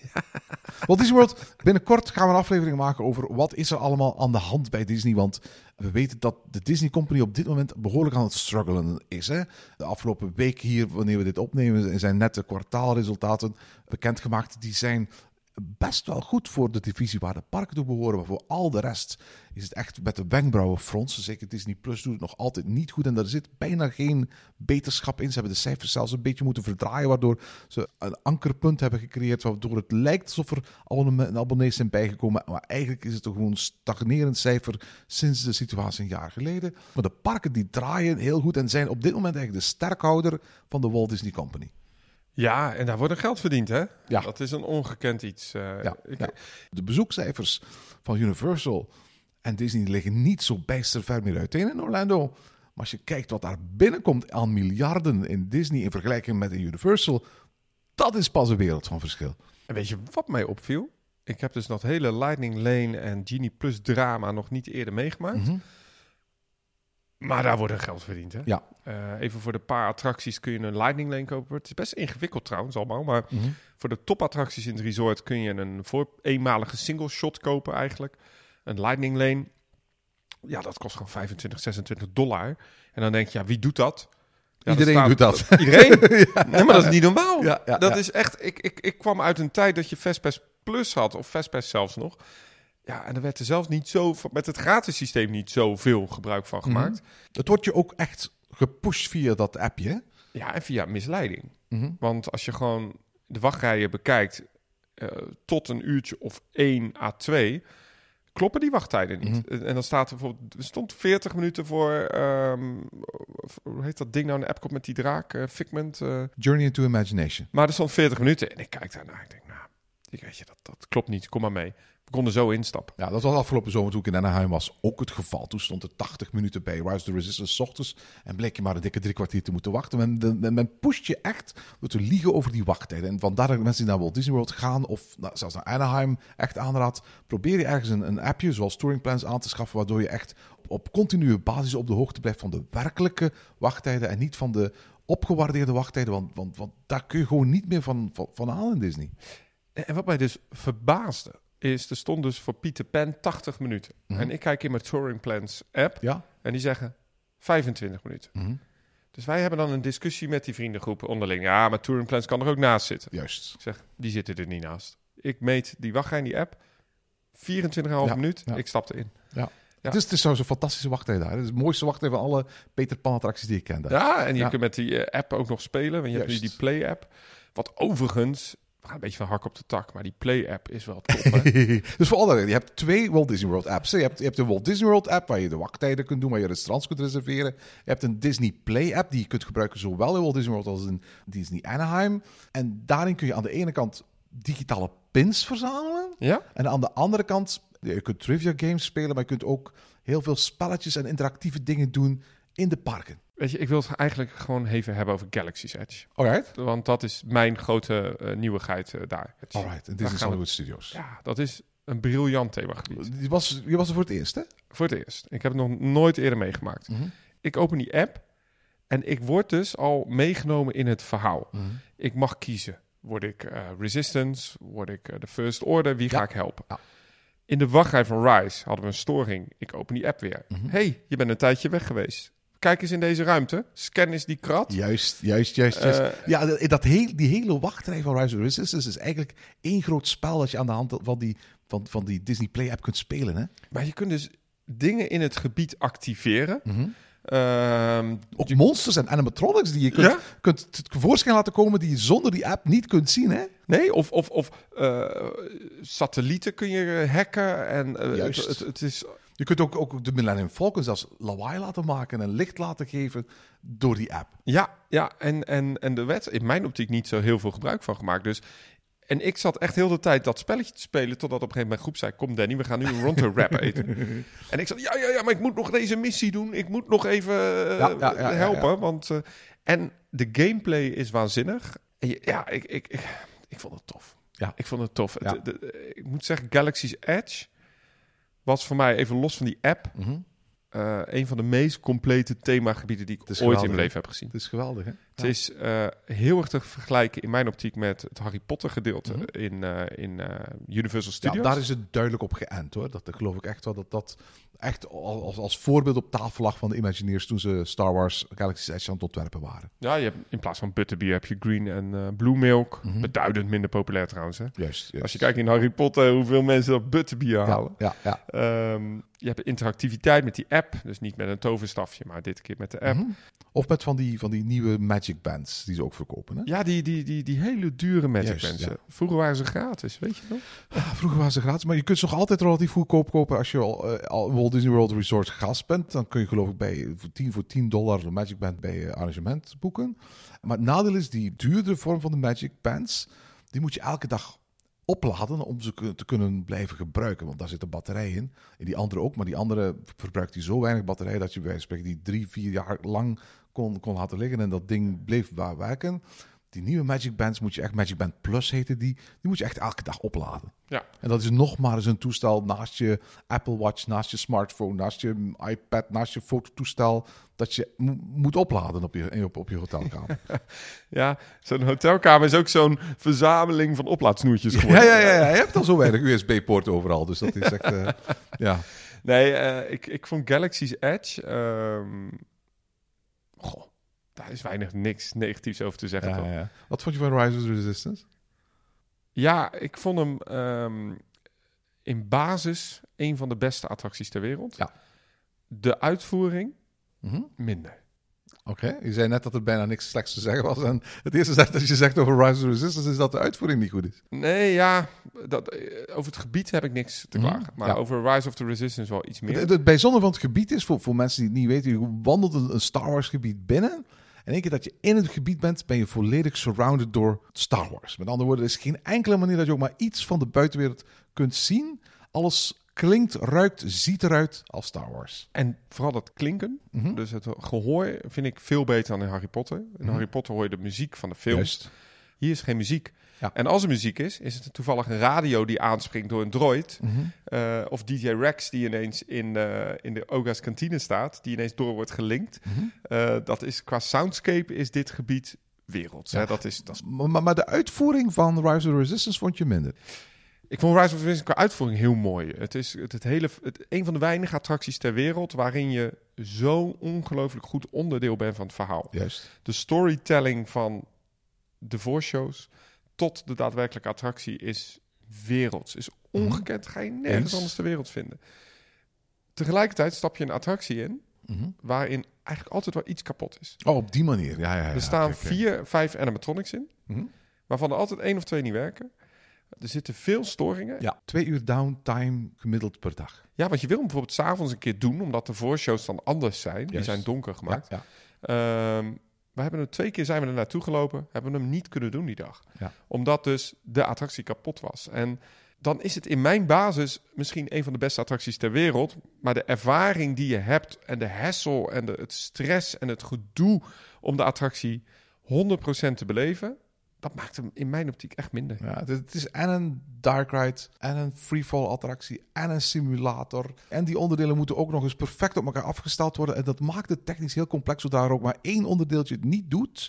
Walt Disney World, binnenkort gaan we een aflevering maken over wat is er allemaal aan de hand bij Disney. Want we weten dat de Disney Company op dit moment behoorlijk aan het struggelen is. Hè? De afgelopen week hier, wanneer we dit opnemen, zijn net de kwartaalresultaten bekendgemaakt. Die zijn best wel goed voor de divisie waar de parken toe behoren. Maar voor al de rest is het echt met de wenkbrauwen fronsen. Zeker Disney Plus doet het nog altijd niet goed. En daar zit bijna geen beterschap in. Ze hebben de cijfers zelfs een beetje moeten verdraaien. Waardoor ze een ankerpunt hebben gecreëerd. Waardoor het lijkt alsof er abonnees zijn bijgekomen. Maar eigenlijk is het een gewoon stagnerend cijfer sinds de situatie een jaar geleden. Maar de parken die draaien heel goed. En zijn op dit moment eigenlijk de sterkhouder van de Walt Disney Company. Ja, en daar wordt er geld verdiend, hè? Ja. Dat is een ongekend iets. De bezoekcijfers van Universal en Disney liggen niet zo bijster ver meer uiteen in Orlando. Maar als je kijkt wat daar binnenkomt aan miljarden in Disney in vergelijking met Universal, dat is pas een wereld van verschil. En weet je wat mij opviel? Ik heb dus dat hele Lightning Lane en Genie Plus drama nog niet eerder meegemaakt. Maar daar wordt er geld verdiend, hè? Ja. Even voor de paar attracties kun je een Lightning Lane kopen. Het is best ingewikkeld trouwens allemaal. Maar voor de topattracties in het resort kun je een eenmalige single shot kopen eigenlijk. Een Lightning Lane. Ja, dat kost gewoon $25-26. En dan denk je, ja, wie doet dat? Ja, Iedereen doet dat. Iedereen? Nee, maar dat is niet normaal. Ja, dat is echt... Ik kwam uit een tijd dat je Fastpass Plus had. Of Fastpass zelfs nog. Ja, en er werd er zelfs niet zo... Met het gratis systeem niet zoveel gebruik van gemaakt. Het wordt je ook echt gepusht via dat appje. Ja, en via misleiding. Want als je gewoon de wachtrijen bekijkt... tot een uurtje of 1 à 2... kloppen die wachttijden niet. En dan staat er bijvoorbeeld... Er stond 40 minuten voor... hoe heet dat ding nou in de Epcot met die draak? Figment? Journey into Imagination. Maar er stond 40 minuten. En ik kijk daarnaar en ik denk... Weet je, dat klopt niet, kom maar mee. We konden zo instappen. Ja, dat was afgelopen zomer toen ik in Anaheim was ook het geval. Toen stond er 80 minuten bij Rise of the Resistance 's ochtends en bleek je maar een dikke 3 kwartier te moeten wachten. Men pusht je echt door te liegen over die wachttijden. En vandaar dat mensen die naar Walt Disney World gaan of zelfs naar Anaheim echt aanraad, probeer je ergens een appje zoals Touring Plans aan te schaffen, waardoor je echt op continue basis op de hoogte blijft van de werkelijke wachttijden en niet van de opgewaardeerde wachttijden, want daar kun je gewoon niet meer van aan in Disney. En wat mij dus verbaasde, is er stond dus voor Peter Pan 80 minuten. En ik kijk in mijn Touring Plans app en die zeggen 25 minuten. Dus wij hebben dan een discussie met die vriendengroep onderling. Ja, maar Touring Plans kan er ook naast zitten. Juist. Ik zeg, die zitten er niet naast. Ik meet die wachtrij in die app. 24,5 minuut. Ja. Ik stapte in. Ja. Ja. Het is zo'n fantastische wachttij daar. Het is de mooiste wachttij van alle Peter Pan attracties die ik ken daar. Ja, en je kunt met die app ook nog spelen. Want je hebt nu die Play app. Wat overigens... We gaan een beetje van hak op de tak, maar die Play-app is wel top, hè? Dus voor alle je hebt 2 Walt Disney World apps. Je hebt de Walt Disney World app, waar je de wachttijden kunt doen, waar je restaurants kunt reserveren. Je hebt een Disney Play app, die je kunt gebruiken zowel in Walt Disney World als in Disney Anaheim. En daarin kun je aan de ene kant digitale pins verzamelen. Ja? En aan de andere kant, je kunt trivia games spelen, maar je kunt ook heel veel spelletjes en interactieve dingen doen in de parken. Weet je, ik wil het eigenlijk gewoon even hebben over Galaxy's Edge. Alright. Want dat is mijn grote nieuwigheid daar. Alright, en dit is Hollywood Studios. Ja, dat is een briljant themagebied. Je was er voor het eerst, hè? Voor het eerst. Ik heb het nog nooit eerder meegemaakt. Ik open die app en ik word dus al meegenomen in het verhaal. Ik mag kiezen. Word ik Resistance? Word ik de First Order? Wie ga ik helpen? Ja. In de wachtrij van Rise hadden we een storing. Ik open die app weer. Hey, je bent een tijdje weg geweest. Kijk eens in deze ruimte. Scan eens die krat. Juist. Ja, die hele wachtrij van Rise of the Resistance is eigenlijk één groot spel dat je aan de hand van die Disney Play app kunt spelen. Hè? Maar je kunt dus dingen in het gebied activeren. Ook monsters en animatronics die je kunt tevoorschijn laten komen die je zonder die app niet kunt zien, hè? Nee, of satellieten kun je hacken. En het is... Je kunt ook de Millennium Falcon zelfs lawaai laten maken en licht laten geven door die app. Ja, en de wet in mijn optiek niet zo heel veel gebruik van gemaakt. Dus, en ik zat echt heel de tijd dat spelletje te spelen, totdat op een gegeven moment mijn groep zei, kom Danny, we gaan nu een Ronto Wrap eten. En ik zei, ja, maar ik moet nog deze missie doen. Ik moet nog even helpen. Ja. Want, en de gameplay is waanzinnig. En ik vond het tof. Ja. Ik vond het tof. Ja. Ik moet zeggen, Galaxy's Edge was voor mij, even los van die app, een van de meest complete themagebieden die ik ooit in mijn leven heb gezien. Het is geweldig, hè? Het is heel erg te vergelijken in mijn optiek met het Harry Potter gedeelte in Universal Studios. Ja, daar is het duidelijk op geënt, hoor. Dat geloof ik echt wel, dat echt als voorbeeld op tafel lag van de Imagineers toen ze Star Wars Galaxy's Edge aan het ontwerpen waren. Ja, je hebt, in plaats van butterbeer heb je green en blue milk. Beduidend minder populair trouwens, hè? Juist. Als je kijkt in Harry Potter, hoeveel mensen dat butterbier halen. Ja. Je hebt interactiviteit met die app. Dus niet met een toverstafje, maar dit keer met de app. Of met van die nieuwe Magic Bands die ze ook verkopen, hè? Ja, die hele dure Magic Bands. Ja. Vroeger waren ze gratis, weet je nog? Vroeger waren ze gratis, maar je kunt ze nog altijd relatief goedkoop kopen als je al Walt Disney World Resort gast bent. Dan kun je geloof ik voor $10 een Magic Band bij arrangement boeken. Maar het nadeel is, die duurdere vorm van de Magic Bands, die moet je elke dag opladen om ze te kunnen blijven gebruiken. Want daar zit een batterij in. En die andere ook, maar die andere verbruikt die zo weinig batterij dat je bij spreken die 3-4 jaar lang kon laten liggen en dat ding bleef werken. Die nieuwe Magic Bands moet je echt, Magic Band Plus heten die moet je echt elke dag opladen. Ja. En dat is nog maar eens een toestel naast je Apple Watch, naast je smartphone, naast je iPad, naast je fototoestel, dat je moet opladen op je hotelkamer. Ja, zo'n hotelkamer is ook zo'n verzameling van oplaadsnoertjes geworden. Ja, je hebt al zo weinig USB-poorten overal, dus dat is echt, ja. Nee, ik vond Galaxy's Edge, daar is niks negatiefs over te zeggen. Ja. Wat vond je van Rise of the Resistance? Ja, ik vond hem in basis een van de beste attracties ter wereld. Ja. De uitvoering minder. Oké, je zei net dat er bijna niks slechts te zeggen was. En het eerste dat je zegt over Rise of the Resistance is dat de uitvoering niet goed is. Nee, ja. Over het gebied heb ik niks te klagen. Maar over Rise of the Resistance wel iets meer. Het bijzondere van het gebied is, voor mensen die het niet weten, je wandelt een Star Wars gebied binnen. En één keer dat je in het gebied bent, ben je volledig surrounded door Star Wars. Met andere woorden, er is geen enkele manier dat je ook maar iets van de buitenwereld kunt zien. Alles klinkt, ruikt, ziet eruit als Star Wars. En vooral dat klinken, dus het gehoor, vind ik veel beter dan in Harry Potter. In Harry Potter hoor je de muziek van de films. Juist. Hier is geen muziek. Ja. En als er muziek is het toevallig een radio die aanspringt door een droid. Of DJ Rex die ineens in de Oga's kantine staat, die ineens door wordt gelinkt. Dat is qua soundscape is dit gebied werelds. Ja. Hè? Dat is... Maar de uitvoering van Rise of the Resistance vond je minder? Ik vond Rise of the Resistance qua uitvoering heel mooi. Het is een van de weinige attracties ter wereld waarin je zo ongelooflijk goed onderdeel bent van het verhaal. Juist. De storytelling van de voorshows tot de daadwerkelijke attractie is werelds. Is ongekend. Ga je nergens anders ter wereld vinden. Tegelijkertijd stap je een attractie in waarin eigenlijk altijd wel iets kapot is. Oh, op die manier. Ja. Er staan 4-5 animatronics in, waarvan er altijd 1 of 2 niet werken. Er zitten veel storingen. Ja, 2 uur downtime gemiddeld per dag. Ja, want je wil hem bijvoorbeeld 's avonds een keer doen, omdat de voorshows dan anders zijn. Die zijn donker gemaakt. Ja. We hebben er 2 keer zijn we er naartoe gelopen, hebben we hem niet kunnen doen die dag. Ja. Omdat dus de attractie kapot was. En dan is het in mijn basis misschien een van de beste attracties ter wereld. Maar de ervaring die je hebt en de hassle en het stress en het gedoe om de attractie 100% te beleven, dat maakt hem in mijn optiek echt minder. Ja, het is en een dark ride, en een freefall attractie, en een simulator. En die onderdelen moeten ook nog eens perfect op elkaar afgesteld worden. En dat maakt het technisch heel complex. Zodra er ook maar 1 onderdeeltje het niet doet,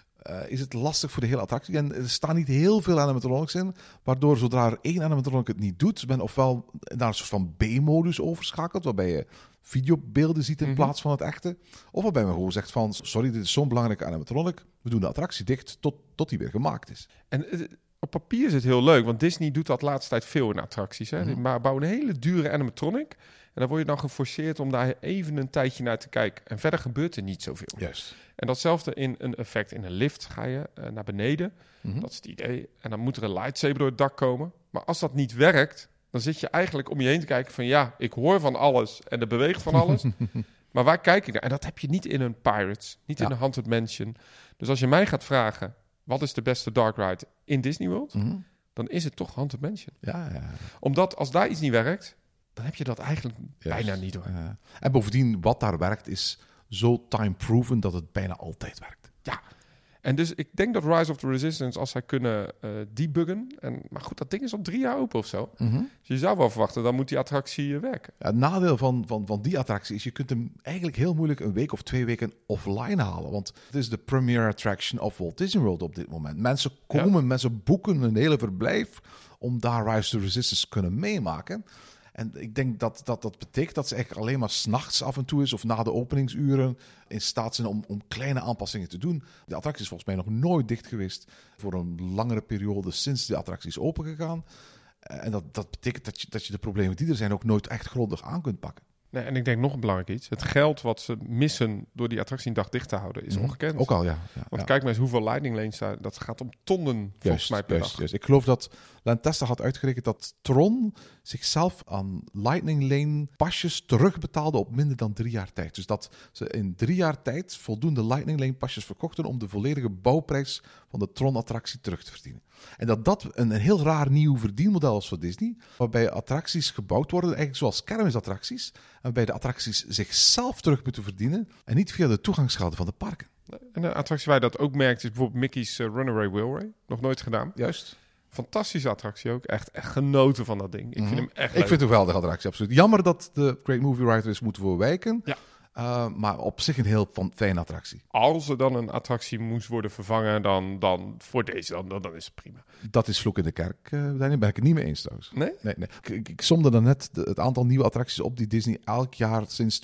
is het lastig voor de hele attractie. En er staan niet heel veel animatronics in, waardoor zodra er 1 animatronic het niet doet, ben ofwel naar een soort van B-modus overschakeld, waarbij je videobeelden ziet in plaats van het echte. Of waarbij men gewoon zegt van, sorry, dit is zo'n belangrijke animatronic, we doen de attractie dicht tot die weer gemaakt is. En op papier is het heel leuk, want Disney doet dat de laatste tijd veel in attracties. Hè? Die bouwen een hele dure animatronic en dan word je dan geforceerd om daar even een tijdje naar te kijken. En verder gebeurt er niet zoveel. Juist. En datzelfde in een effect in een lift ga je naar beneden. Dat is het idee. En dan moet er een lightsaber door het dak komen. Maar als dat niet werkt, dan zit je eigenlijk om je heen te kijken van ja, ik hoor van alles en er beweegt van alles. Maar waar kijk ik naar? En dat heb je niet in een Pirates, niet in een Haunted Mansion. Dus als je mij gaat vragen, wat is de beste dark ride in Disney World? Dan is het toch Haunted Mansion. Ja. Omdat als daar iets niet werkt, dan heb je dat eigenlijk bijna niet door. En bovendien, wat daar werkt is zo time-proven dat het bijna altijd werkt. Ja, en dus ik denk dat Rise of the Resistance, als zij kunnen debuggen... Maar goed, dat ding is al 3 jaar open of zo. Dus je zou wel verwachten, dan moet die attractie werken. Ja, het nadeel van die attractie is, je kunt hem eigenlijk heel moeilijk 1 week of 2 weken offline halen. Want het is de premier attraction of Walt Disney World op dit moment. Mensen komen, mensen boeken een hele verblijf om daar Rise of the Resistance te kunnen meemaken. En ik denk dat betekent dat ze eigenlijk alleen maar 's nachts af en toe is of na de openingsuren in staat zijn om kleine aanpassingen te doen. De attractie is volgens mij nog nooit dicht geweest voor een langere periode sinds de attractie is opengegaan. En dat betekent dat je de problemen die er zijn ook nooit echt grondig aan kunt pakken. Nee, en ik denk nog een belangrijk iets. Het geld wat ze missen door die attractie een dag dicht te houden is ongekend. Ook al, ja. Want kijk maar eens hoeveel lightning lanes daar... Dat gaat om tonnen volgens mij per dag. Juist. Ik geloof dat Lantesta had uitgerekend dat Tron zichzelf aan lightning lane pasjes terugbetaalde op minder dan 3 jaar tijd. Dus dat ze in 3 jaar tijd voldoende lightning lane pasjes verkochten om de volledige bouwprijs van de Tron-attractie terug te verdienen. En dat een heel raar nieuw verdienmodel is voor Disney, waarbij attracties gebouwd worden, eigenlijk zoals kermisattracties, en waarbij de attracties zichzelf terug moeten verdienen en niet via de toegangsgelden van de parken. En een attractie waar je dat ook merkt is bijvoorbeeld Mickey's Runaway Railway. Nog nooit gedaan. Juist. Fantastische attractie ook. Echt genoten van dat ding. Ik vind hem echt leuk. Ik vind het een geweldige attractie, absoluut. Jammer dat de Great Movie Ride is moeten verwijken. Ja. Maar op zich een heel fijne attractie. Als er dan een attractie moest worden vervangen, dan voor deze, dan is het prima. Dat is vloek in de kerk. Daar ben ik het niet mee eens trouwens. Nee? Nee. Ik somde dan net het aantal nieuwe attracties op die Disney elk jaar sinds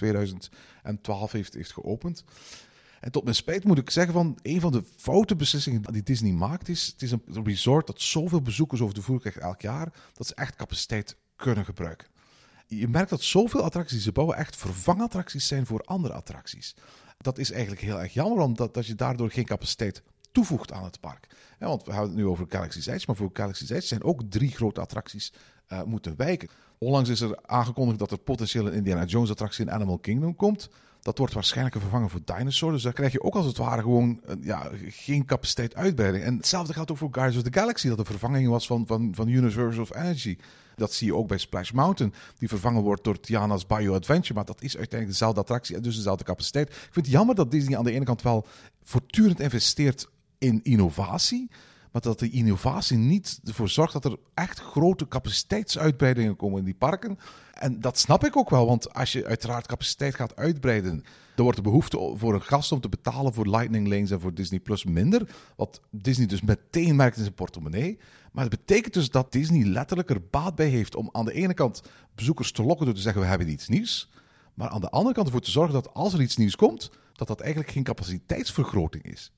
2012 heeft geopend. En tot mijn spijt moet ik zeggen van een van de foute beslissingen die Disney maakt is, het is een resort dat zoveel bezoekers over de vloer krijgt elk jaar, dat ze echt capaciteit kunnen gebruiken. Je merkt dat zoveel attracties die ze bouwen echt vervangattracties zijn voor andere attracties. Dat is eigenlijk heel erg jammer, omdat dat je daardoor geen capaciteit toevoegt aan het park. Ja, want we houden het nu over Galaxy's Edge, maar voor Galaxy's Edge zijn ook 3 grote attracties moeten wijken. Onlangs is er aangekondigd dat er potentieel een Indiana Jones attractie in Animal Kingdom komt. Dat wordt waarschijnlijk een vervanger voor Dinosaur. Dus daar krijg je ook als het ware gewoon geen capaciteit uitbreiding. En hetzelfde geldt ook voor Guardians of the Galaxy. Dat een vervanging was van Universe of Energy. Dat zie je ook bij Splash Mountain. Die vervangen wordt door Tiana's Bio Adventure. Maar dat is uiteindelijk dezelfde attractie en dus dezelfde capaciteit. Ik vind het jammer dat Disney aan de ene kant wel voortdurend investeert in innovatie. Maar dat de innovatie niet ervoor zorgt dat er echt grote capaciteitsuitbreidingen komen in die parken. En dat snap ik ook wel, want als je uiteraard capaciteit gaat uitbreiden, dan wordt de behoefte voor een gast om te betalen voor Lightning Lanes en voor Disney Plus minder. Wat Disney dus meteen merkt in zijn portemonnee. Maar dat betekent dus dat Disney letterlijk er baat bij heeft om aan de ene kant bezoekers te lokken door te zeggen we hebben iets nieuws. Maar aan de andere kant ervoor te zorgen dat als er iets nieuws komt, dat eigenlijk geen capaciteitsvergroting is.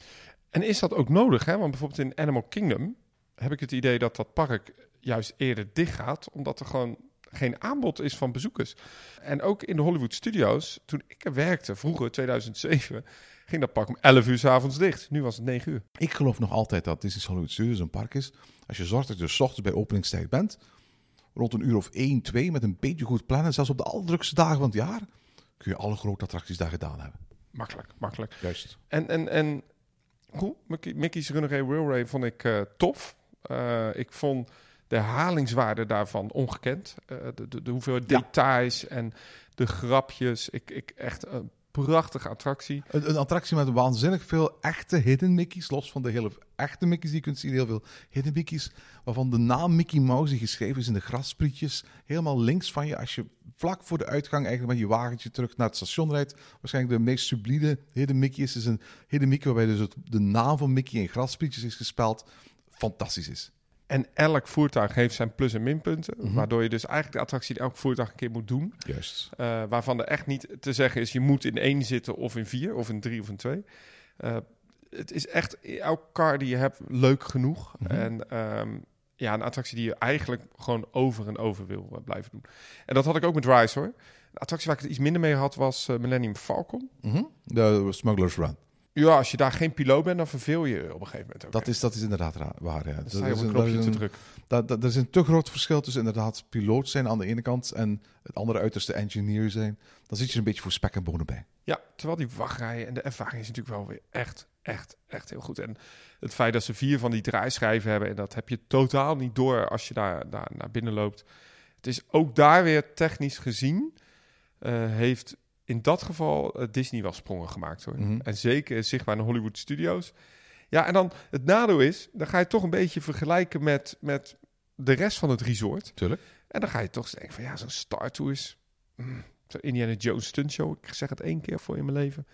En is dat ook nodig? Hè? Want bijvoorbeeld in Animal Kingdom heb ik het idee dat dat park juist eerder dicht gaat, omdat er gewoon geen aanbod is van bezoekers. En ook in de Hollywood Studios, toen ik er werkte, vroeger, 2007, ging dat park om 11 uur 's avonds dicht. Nu was het 9 uur. Ik geloof nog altijd dat Disney's Hollywood Studios een park is. Als je zorgt dat je 's ochtends bij openingstijd bent, rond een uur of 1, 2, met een beetje goed plannen, zelfs op de allerdrukste dagen van het jaar, kun je alle grote attracties daar gedaan hebben. Makkelijk. Juist. En goed, Mickey's Runaway Railway vond ik tof. Ik vond de herhalingswaarde daarvan ongekend. De hoeveelheid details en de grapjes. Ik echt een prachtige attractie. Een attractie met waanzinnig veel echte hidden Mickey's. Los van de hele echte Mickey's die je kunt zien. Heel veel hidden Mickey's. Waarvan de naam Mickey Mouse die geschreven is in de grassprietjes. Helemaal links van je. Als je vlak voor de uitgang eigenlijk met je wagentje terug naar het station rijdt. Waarschijnlijk de meest sublieme hidden Mickey is een hidden Mickey waarbij dus de naam van Mickey in grassprietjes is gespeld. Fantastisch is. En elk voertuig heeft zijn plus- en minpunten. Mm-hmm. Waardoor je dus eigenlijk de attractie elk voertuig een keer moet doen. Juist. Waarvan er echt niet te zeggen is, je moet in 1 zitten of in 4 of in 3 of in 2. Het is echt elk car die je hebt leuk genoeg. Mm-hmm. En een attractie die je eigenlijk gewoon over en over wil blijven doen. En dat had ik ook met Rise hoor. De attractie waar ik het iets minder mee had was Millennium Falcon. Mm-hmm. De Smuggler's Run. Ja, als je daar geen piloot bent, dan verveel je op een gegeven moment ook. Dat is inderdaad waar, ja. Dan sta je op een knopje te drukken. Er is een te groot verschil tussen inderdaad piloot zijn aan de ene kant en het andere uiterste engineer zijn. Dan zit je een beetje voor spek en bonen bij. Ja, terwijl die wachtrijen en de ervaring is natuurlijk wel weer echt heel goed. En het feit dat ze 4 van die draaischijven hebben, en dat heb je totaal niet door als je daar naar binnen loopt. Het is ook daar weer technisch gezien, heeft in dat geval Disney wel sprongen gemaakt hoor. Mm-hmm. En zeker zichtbaar in de Hollywood Studios. Ja, en dan het nadeel is, dan ga je toch een beetje vergelijken met de rest van het resort. Tuurlijk. En dan ga je toch denken van zo'n Star Tours, zo'n Indiana Jones stunt show. Ik zeg het 1 keer voor in mijn leven.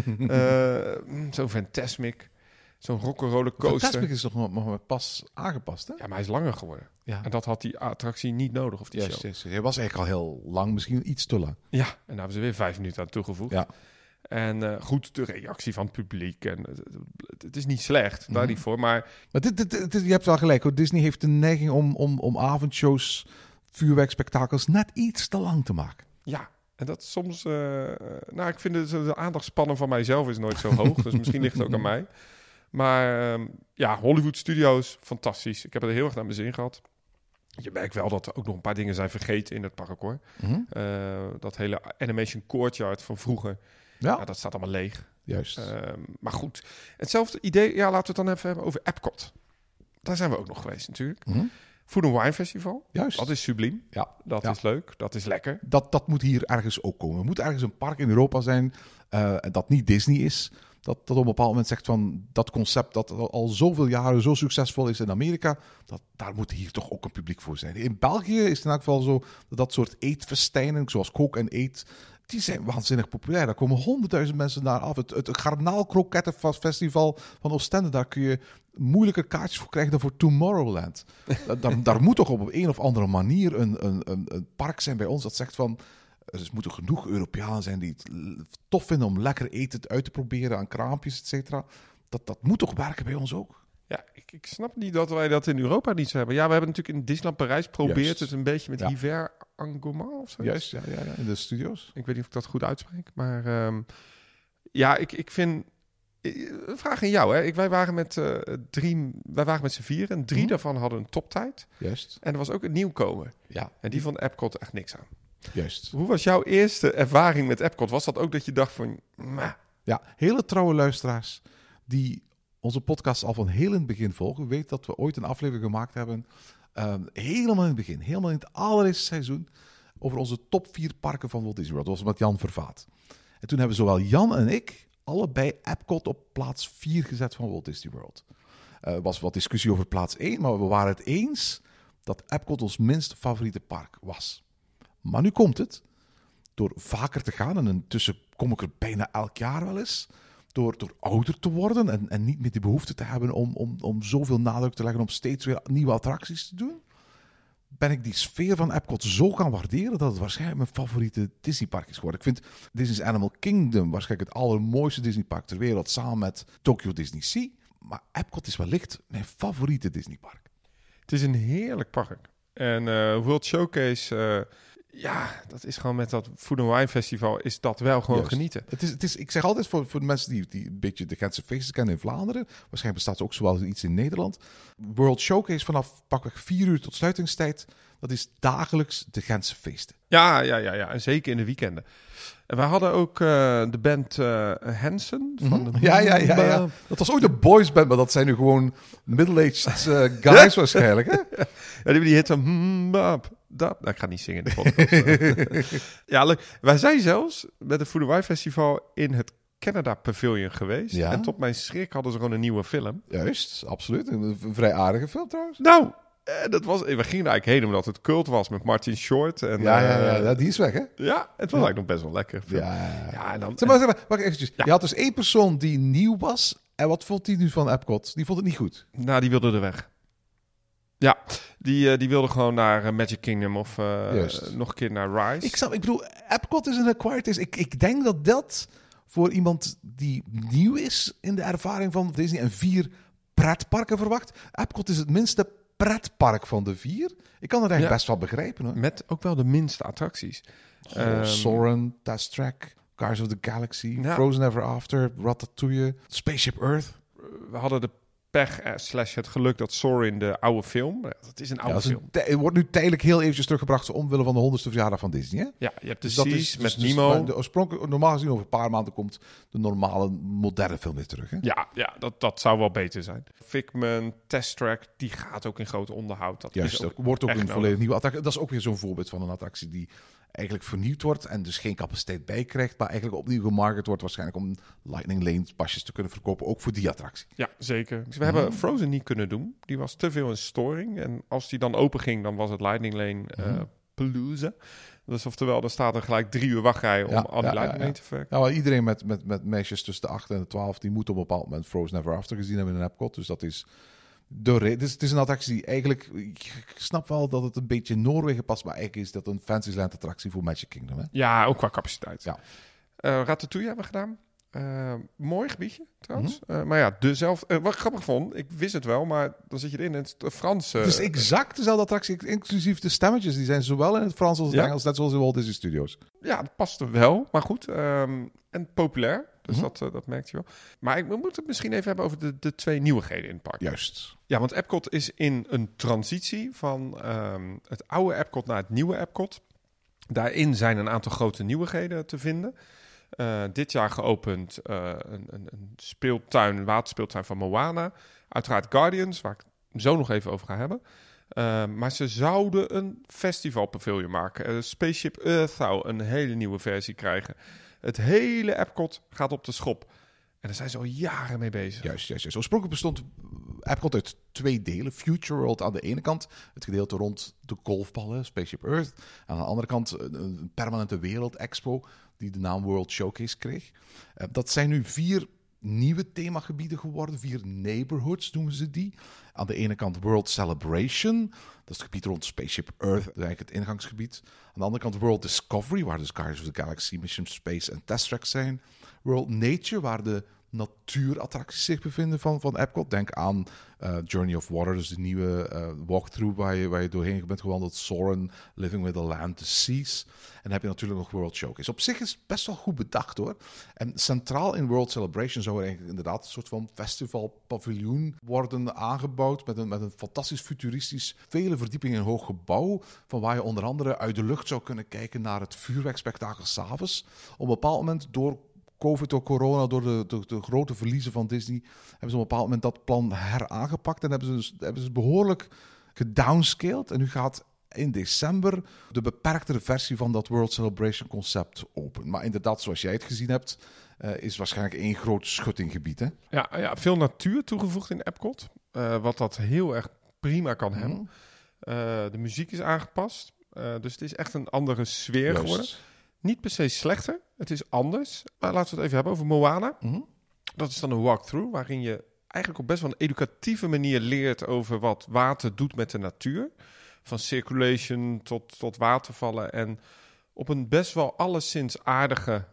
Zo'n Fantasmic, zo'n rock'n'roller coaster. Fantasmic is nog maar pas aangepast, hè? Ja, maar hij is langer geworden. Ja. En dat had die attractie niet nodig, of die show. Yes. Hij was eigenlijk al heel lang, misschien iets te lang. Ja, en daar hebben ze weer 5 minuten aan toegevoegd. Ja. En goed, de reactie van het publiek. En het is niet slecht, daar niet voor. Maar je hebt wel gelijk, hoor. Disney heeft de neiging om avondshows, vuurwerkspektakels net iets te lang te maken. Ja, en dat soms... ik vind de aandachtspannen van mijzelf is nooit zo hoog. Dus misschien ligt het ook aan mij. Maar Hollywood Studios, fantastisch. Ik heb het er heel erg naar mijn zin gehad. Je merkt wel dat er ook nog een paar dingen zijn vergeten in het park, hoor. Mm-hmm. Dat hele Animation Courtyard van vroeger... Ja, dat staat allemaal leeg. Juist. Maar goed, hetzelfde idee. Ja, laten we het dan even hebben over Epcot. Daar zijn we ook nog geweest natuurlijk. Mm-hmm. Food & Wine Festival. Juist. Dat is subliem. Ja. Dat is leuk. Dat is lekker. Dat moet hier ergens ook komen. Er moet ergens een park in Europa zijn dat niet Disney is. Dat op een bepaald moment zegt van dat concept dat al zoveel jaren zo succesvol is in Amerika, daar moet hier toch ook een publiek voor zijn. In België is het in elk geval zo dat soort eetfestijnen, zoals Coke en Eet, die zijn waanzinnig populair. Daar komen 100.000 mensen naar af. Het Garnaalkrokettenfestival van Oostende, daar kun je moeilijker kaartjes voor krijgen dan voor Tomorrowland. daar moet toch op een of andere manier een park zijn bij ons dat zegt van... Er moeten genoeg Europeanen zijn die het tof vinden om lekker eten uit te proberen aan kraampjes, et cetera. Dat moet toch werken bij ons ook? Ja, ik snap niet dat wij dat in Europa niet zo hebben. Ja, we hebben natuurlijk in Disneyland Parijs geprobeerd het een beetje met Hiver Angoma of zo. Juist, ja, in de studio's. Ik weet niet of ik dat goed uitspreek, maar ik vind... Vraag aan jou, hè. Wij waren met z'n 4 en 3 daarvan hadden een toptijd. Juist. En er was ook een nieuwkomer. Ja. En die vond Epcot echt niks aan. Juist. Hoe was jouw eerste ervaring met Epcot? Was dat ook dat je dacht van... Ja, hele trouwe luisteraars die onze podcast al van heel in het begin volgen, weet dat we ooit een aflevering gemaakt hebben, helemaal in het begin, helemaal in het allereerste seizoen, over onze top 4 parken van Walt Disney World. Dat was met Jan Vervaat. En toen hebben zowel Jan en ik allebei Epcot op plaats 4 gezet van Walt Disney World. Er was wat discussie over plaats 1, maar we waren het eens dat Epcot ons minst favoriete park was. Maar nu komt het. Door vaker te gaan, en intussen kom ik er bijna elk jaar wel eens, door ouder te worden en niet meer de behoefte te hebben om zoveel nadruk te leggen om steeds weer nieuwe attracties te doen, ben ik die sfeer van Epcot zo gaan waarderen dat het waarschijnlijk mijn favoriete Disneypark is geworden. Ik vind Disney's Animal Kingdom waarschijnlijk het allermooiste Disneypark ter wereld, samen met Tokyo Disney Sea. Maar Epcot is wellicht mijn favoriete Disneypark. Het is een heerlijk park. En World Showcase... dat is gewoon met dat Food & Wine Festival is dat wel gewoon genieten. Het is, ik zeg altijd voor de mensen die een beetje de Gentse feesten kennen in Vlaanderen, waarschijnlijk bestaat er ook zoals iets in Nederland. World Showcase vanaf pakweg 4 uur tot sluitingstijd, dat is dagelijks de Gentse feesten. Ja. En zeker in de weekenden. En wij hadden ook de band Hanson. Van de ja. Dat was ooit een boys band, maar dat zijn nu gewoon middle-aged guys waarschijnlijk. Hè? Ja, die hit van... Nou, ik ga niet zingen in de podcast. Ja, leuk. Wij zijn zelfs met het Food & Wine Festival in het Canada Pavilion geweest. Ja. En tot mijn schrik hadden ze gewoon een nieuwe film. Juist, absoluut. Een vrij aardige film trouwens. Nou, we gingen er eigenlijk heen omdat het cult was met Martin Short. En, ja, die is weg, hè? Ja, het was eigenlijk nog best wel lekker. Ja, en dan... Zeg maar, wacht eventjes. Ja. Je had dus 1 persoon die nieuw was. En wat vond die nu van Epcot? Die vond het niet goed. Nou, die wilde er weg. Ja, die wilde gewoon naar Magic Kingdom of nog een keer naar Rise. Ik bedoel, Epcot is een acquired taste. Ik denk dat voor iemand die nieuw is in de ervaring van Disney en 4 pretparken verwacht. Epcot is het minste pretpark van de 4. Ik kan het eigenlijk best wel begrijpen, hoor. Met ook wel de minste attracties. Soarin', Test Track, Guardians of the Galaxy, Frozen Ever After, Ratatouille, Spaceship Earth. We hadden de pech / het geluk dat Soarin' de oude film... Dat is een oude film. Het wordt nu tijdelijk heel eventjes teruggebracht omwille van de 100ste verjaardag van Disney. Hè? Ja, je hebt de Seas met Nemo. De oorspronkelijk, normaal gezien over een paar maanden komt de normale, moderne film weer terug. Hè? Ja, dat zou wel beter zijn. Figment, Test Track, die gaat ook in groot onderhoud. Dat wordt ook een volledig nieuwe attractie. Dat is ook weer zo'n voorbeeld van een attractie die eigenlijk vernieuwd wordt en dus geen capaciteit bij krijgt, maar eigenlijk opnieuw gemarket wordt waarschijnlijk om Lightning Lane pasjes te kunnen verkopen, ook voor die attractie. Ja, zeker. Dus we hebben Frozen niet kunnen doen. Die was te veel in storing. En als die dan open ging, dan was het Lightning Lane Palooza. Dus oftewel, dan staat er gelijk 3 uur wachtrij om al die Lightning Lane te verkopen. Nou, iedereen met meisjes tussen de 8 en de 12, die moet op een bepaald moment Frozen Ever After gezien hebben in Epcot. Dus dat is... Het is een attractie die eigenlijk... Ik snap wel dat het een beetje in Noorwegen past, maar eigenlijk is dat een Fantasyland attractie voor Magic Kingdom. Hè? Ja, ook qua capaciteit. Ja. Ratatouille hebben we gedaan. Mooi gebiedje, trouwens. Maar ja, dezelfde... wat ik grappig vond, ik wist het wel, maar dan zit je erin. Het Frans... Het is exact dezelfde attractie, inclusief de stemmetjes. Die zijn zowel in het Frans als het Engels, net zoals in Walt Disney Studios. Ja, dat paste wel, maar goed. En populair, dus dat merkt je wel. Maar we moeten het misschien even hebben over de 2 nieuwigheden in het park. Juist. Ja, want Epcot is in een transitie van het oude Epcot naar het nieuwe Epcot. Daarin zijn een aantal grote nieuwigheden te vinden. Dit jaar geopend een speeltuin, een waterspeeltuin van Moana. Uiteraard Guardians, waar ik zo nog even over ga hebben. Maar ze zouden een festivalpavilion maken. Spaceship Earth zou een hele nieuwe versie krijgen. Het hele Epcot gaat op de schop. En daar zijn ze al jaren mee bezig. Juist. Oorspronkelijk bestond Epcot uit 2 delen. Future World aan de ene kant, het gedeelte rond de golfballen, Spaceship Earth. Aan de andere kant een permanente wereld-expo die de naam World Showcase kreeg. Dat zijn nu 4 nieuwe themagebieden geworden. 4 neighborhoods noemen ze die. Aan de ene kant World Celebration. Dat is het gebied rond Spaceship Earth. Dat is eigenlijk het ingangsgebied. Aan de andere kant World Discovery, waar dus Guardians of the Galaxy, Mission Space en Test Track zijn. World Nature, waar de natuurattracties zich bevinden van Epcot. Denk aan Journey of Water, dus de nieuwe walkthrough waar je doorheen bent gewandeld. Soarin', Living with the Land, The Seas. En dan heb je natuurlijk nog World Showcase. Op zich is het best wel goed bedacht hoor. En centraal in World Celebration zou er eigenlijk inderdaad een soort van festivalpaviljoen worden aangebouwd met een fantastisch futuristisch, vele verdiepingen hoog gebouw, van waar je onder andere uit de lucht zou kunnen kijken naar het vuurwerkspektakel 's avonds. Op een bepaald moment door COVID, door corona, door de grote verliezen van Disney, hebben ze op een bepaald moment dat plan heraangepakt en hebben ze behoorlijk gedownscaled. En nu gaat in december de beperktere versie van dat World Celebration concept open. Maar inderdaad, zoals jij het gezien hebt, is waarschijnlijk één groot schuttinggebied. Hè? Ja, veel natuur toegevoegd in Epcot. Wat dat heel erg prima kan hebben. De muziek is aangepast. Dus het is echt een andere sfeer geworden. Niet per se slechter. Het is anders. Maar laten we het even hebben over Moana. Dat is dan een walkthrough waarin je eigenlijk op best wel een educatieve manier leert over wat water doet met de natuur. Van circulation tot watervallen. En op een best wel alleszins aardige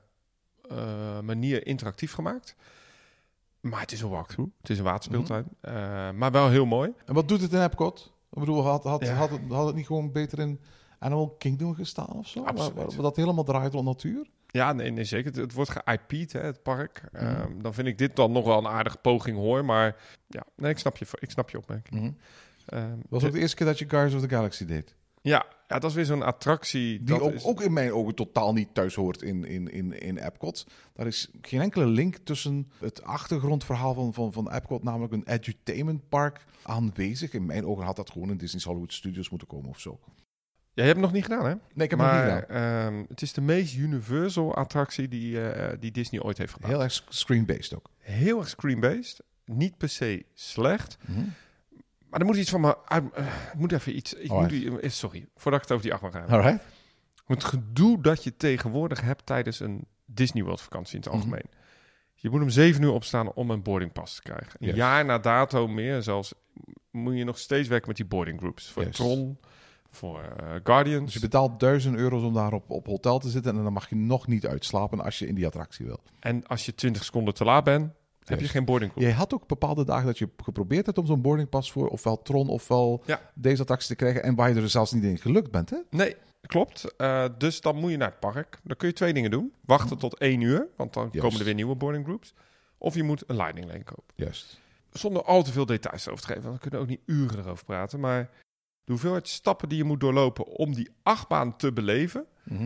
manier interactief gemaakt. Maar het is een walkthrough. Het is een waterspeeltuin. Maar wel heel mooi. En wat doet het in Epcot? Ik bedoel, had het niet gewoon beter in Animal Kingdom gestaan of zo? Waar dat helemaal draait rond natuur? Ja, nee, zeker. Het wordt ge-IP'd, het park. Dan vind ik dit dan nog wel een aardige poging hoor. Maar ja, nee, ik snap je opmerking. Was ook de eerste keer dat je Guardians of the Galaxy deed? Ja, dat is weer zo'n attractie. Die ook in mijn ogen totaal niet thuis hoort in Epcot. Daar is geen enkele link tussen het achtergrondverhaal van Epcot, namelijk een edutainmentpark, aanwezig. In mijn ogen had dat gewoon in Disney's Hollywood Studios moeten komen of zo. Ja, je hebt het nog niet gedaan, hè? Nee, ik heb het nog niet gedaan. Het is de meest universal attractie die Disney ooit heeft gedaan. Heel erg screen-based ook. Heel erg screen-based. Niet per se slecht. Maar er moet iets van me... Ik moet even iets... Sorry, voordat ik het over die achtbaan ga. Alright. Het gedoe dat je tegenwoordig hebt tijdens een Disney World vakantie in het algemeen. Je moet om 7 uur opstaan om een boardingpas te krijgen. Een jaar na dato meer zelfs moet je nog steeds werken met die boarding groups. Voor Tron, voor Guardians. Dus je betaalt €1000 om daar op hotel te zitten en dan mag je nog niet uitslapen als je in die attractie wil. En als je 20 seconden te laat bent, heb je geen boarding group. Jij had ook bepaalde dagen dat je geprobeerd hebt om zo'n boardingpas voor ofwel Tron ofwel deze attractie te krijgen en waar je er zelfs niet in gelukt bent, hè? Nee, klopt. Dus dan moet je naar het park. Dan kun je 2 dingen doen. Wachten tot 1 uur, want dan komen er weer nieuwe boarding groups. Of je moet een Lightning Lane kopen. Juist. Zonder al te veel details over te geven, want we kunnen ook niet uren erover praten. Maar de hoeveelheid stappen die je moet doorlopen om die achtbaan te beleven,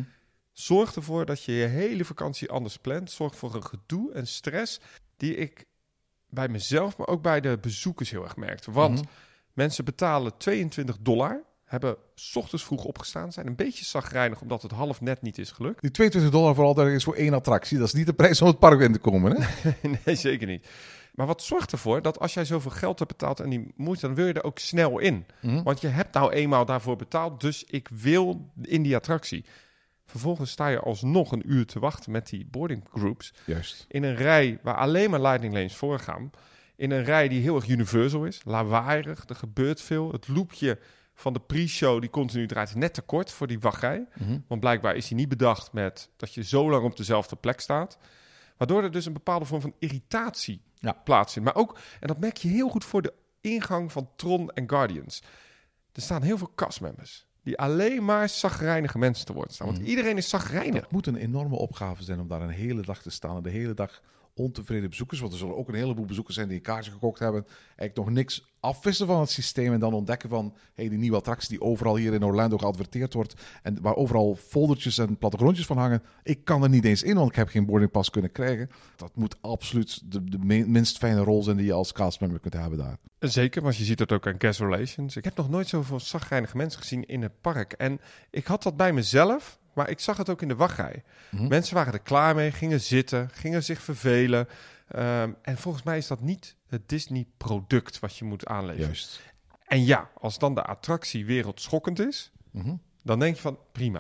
zorgt ervoor dat je je hele vakantie anders plant. Zorgt voor een gedoe en stress die ik bij mezelf, maar ook bij de bezoekers heel erg merkte. Want mensen betalen $22, hebben 's ochtends vroeg opgestaan, zijn een beetje chagrijnig omdat het half net niet is gelukt. Die $22 vooral is voor 1 attractie. Dat is niet de prijs om het park in te komen, hè? Nee, zeker niet. Maar wat zorgt ervoor dat als jij zoveel geld hebt betaald en die moeite, dan wil je er ook snel in. Want je hebt nou eenmaal daarvoor betaald, dus ik wil in die attractie. Vervolgens sta je alsnog een uur te wachten met die boarding groups. Juist. In een rij waar alleen maar Lightning Lanes voorgaan. In een rij die heel erg universal is. Lawaaierig, er gebeurt veel. Het loopje van de pre-show die continu draait is net te kort voor die wachtrij. Want blijkbaar is hij niet bedacht met dat je zo lang op dezelfde plek staat. Waardoor er dus een bepaalde vorm van irritatie plaatsvindt. Maar ook, en dat merk je heel goed voor de ingang van Tron en Guardians. Er staan heel veel castmembers die alleen maar chagrijnige mensen te worden staan. Want iedereen is chagrijnig. Het moet een enorme opgave zijn om daar een hele dag te staan en de hele dag ontevreden bezoekers, want er zullen ook een heleboel bezoekers zijn die een kaartje gekocht hebben, eigenlijk nog niks afwissen van het systeem en dan ontdekken van, die nieuwe attractie die overal hier in Orlando geadverteerd wordt en waar overal foldertjes en plattegrondjes van hangen, ik kan er niet eens in, want ik heb geen boardingpas kunnen krijgen. Dat moet absoluut de minst fijne rol zijn die je als castmember kunt hebben daar. Zeker, want je ziet het ook aan guest relations. Ik heb nog nooit zoveel chagrijnige mensen gezien in het park. En ik had dat bij mezelf, maar ik zag het ook in de wachtrij. Mensen waren er klaar mee, gingen zitten, gingen zich vervelen. En volgens mij is dat niet het Disney-product wat je moet aanleveren. Juist. En ja, als dan de attractie wereldschokkend is, dan denk je van prima.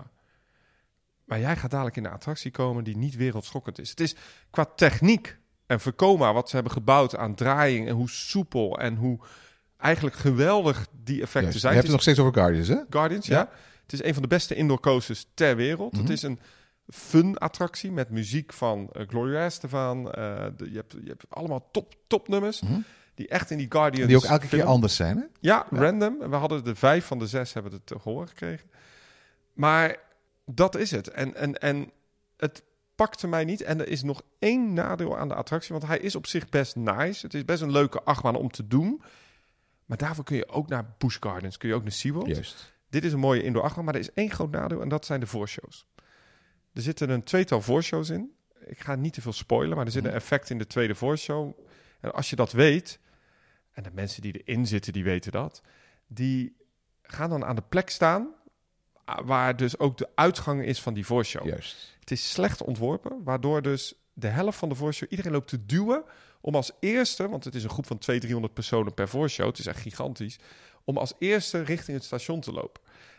Maar jij gaat dadelijk in een attractie komen die niet wereldschokkend is. Het is qua techniek en Vekoma wat ze hebben gebouwd aan draaiing en hoe soepel en hoe eigenlijk geweldig die effecten zijn. Je hebt het nog steeds over Guardians, hè? Guardians, ja. Het is een van de beste indoor coasters ter wereld. Het is een fun attractie met muziek van Gloria Estefan. Je hebt allemaal top nummers die echt in die Guardians... Die ook elke keer anders zijn, hè? Ja, random. We hadden de 5 van de 6 hebben het te horen gekregen. Maar dat is het. En het pakte mij niet. En er is nog 1 nadeel aan de attractie, want hij is op zich best nice. Het is best een leuke achtbaan om te doen. Maar daarvoor kun je ook naar Busch Gardens, kun je ook naar SeaWorld. Juist. Dit is een mooie indoor achtbaan, maar er is 1 groot nadeel en dat zijn de voorshows. Er zitten een 2-tal voorshows in. Ik ga niet te veel spoilen, maar er zit een effect in de tweede voorshow. En als je dat weet, en de mensen die erin zitten, die weten dat, die gaan dan aan de plek staan waar dus ook de uitgang is van die voorshow. Juist. Het is slecht ontworpen, waardoor dus de helft van de voorshow iedereen loopt te duwen om als eerste, want het is een groep van 200-300 personen per voorshow, het is echt gigantisch, om als eerste richting het station te lopen.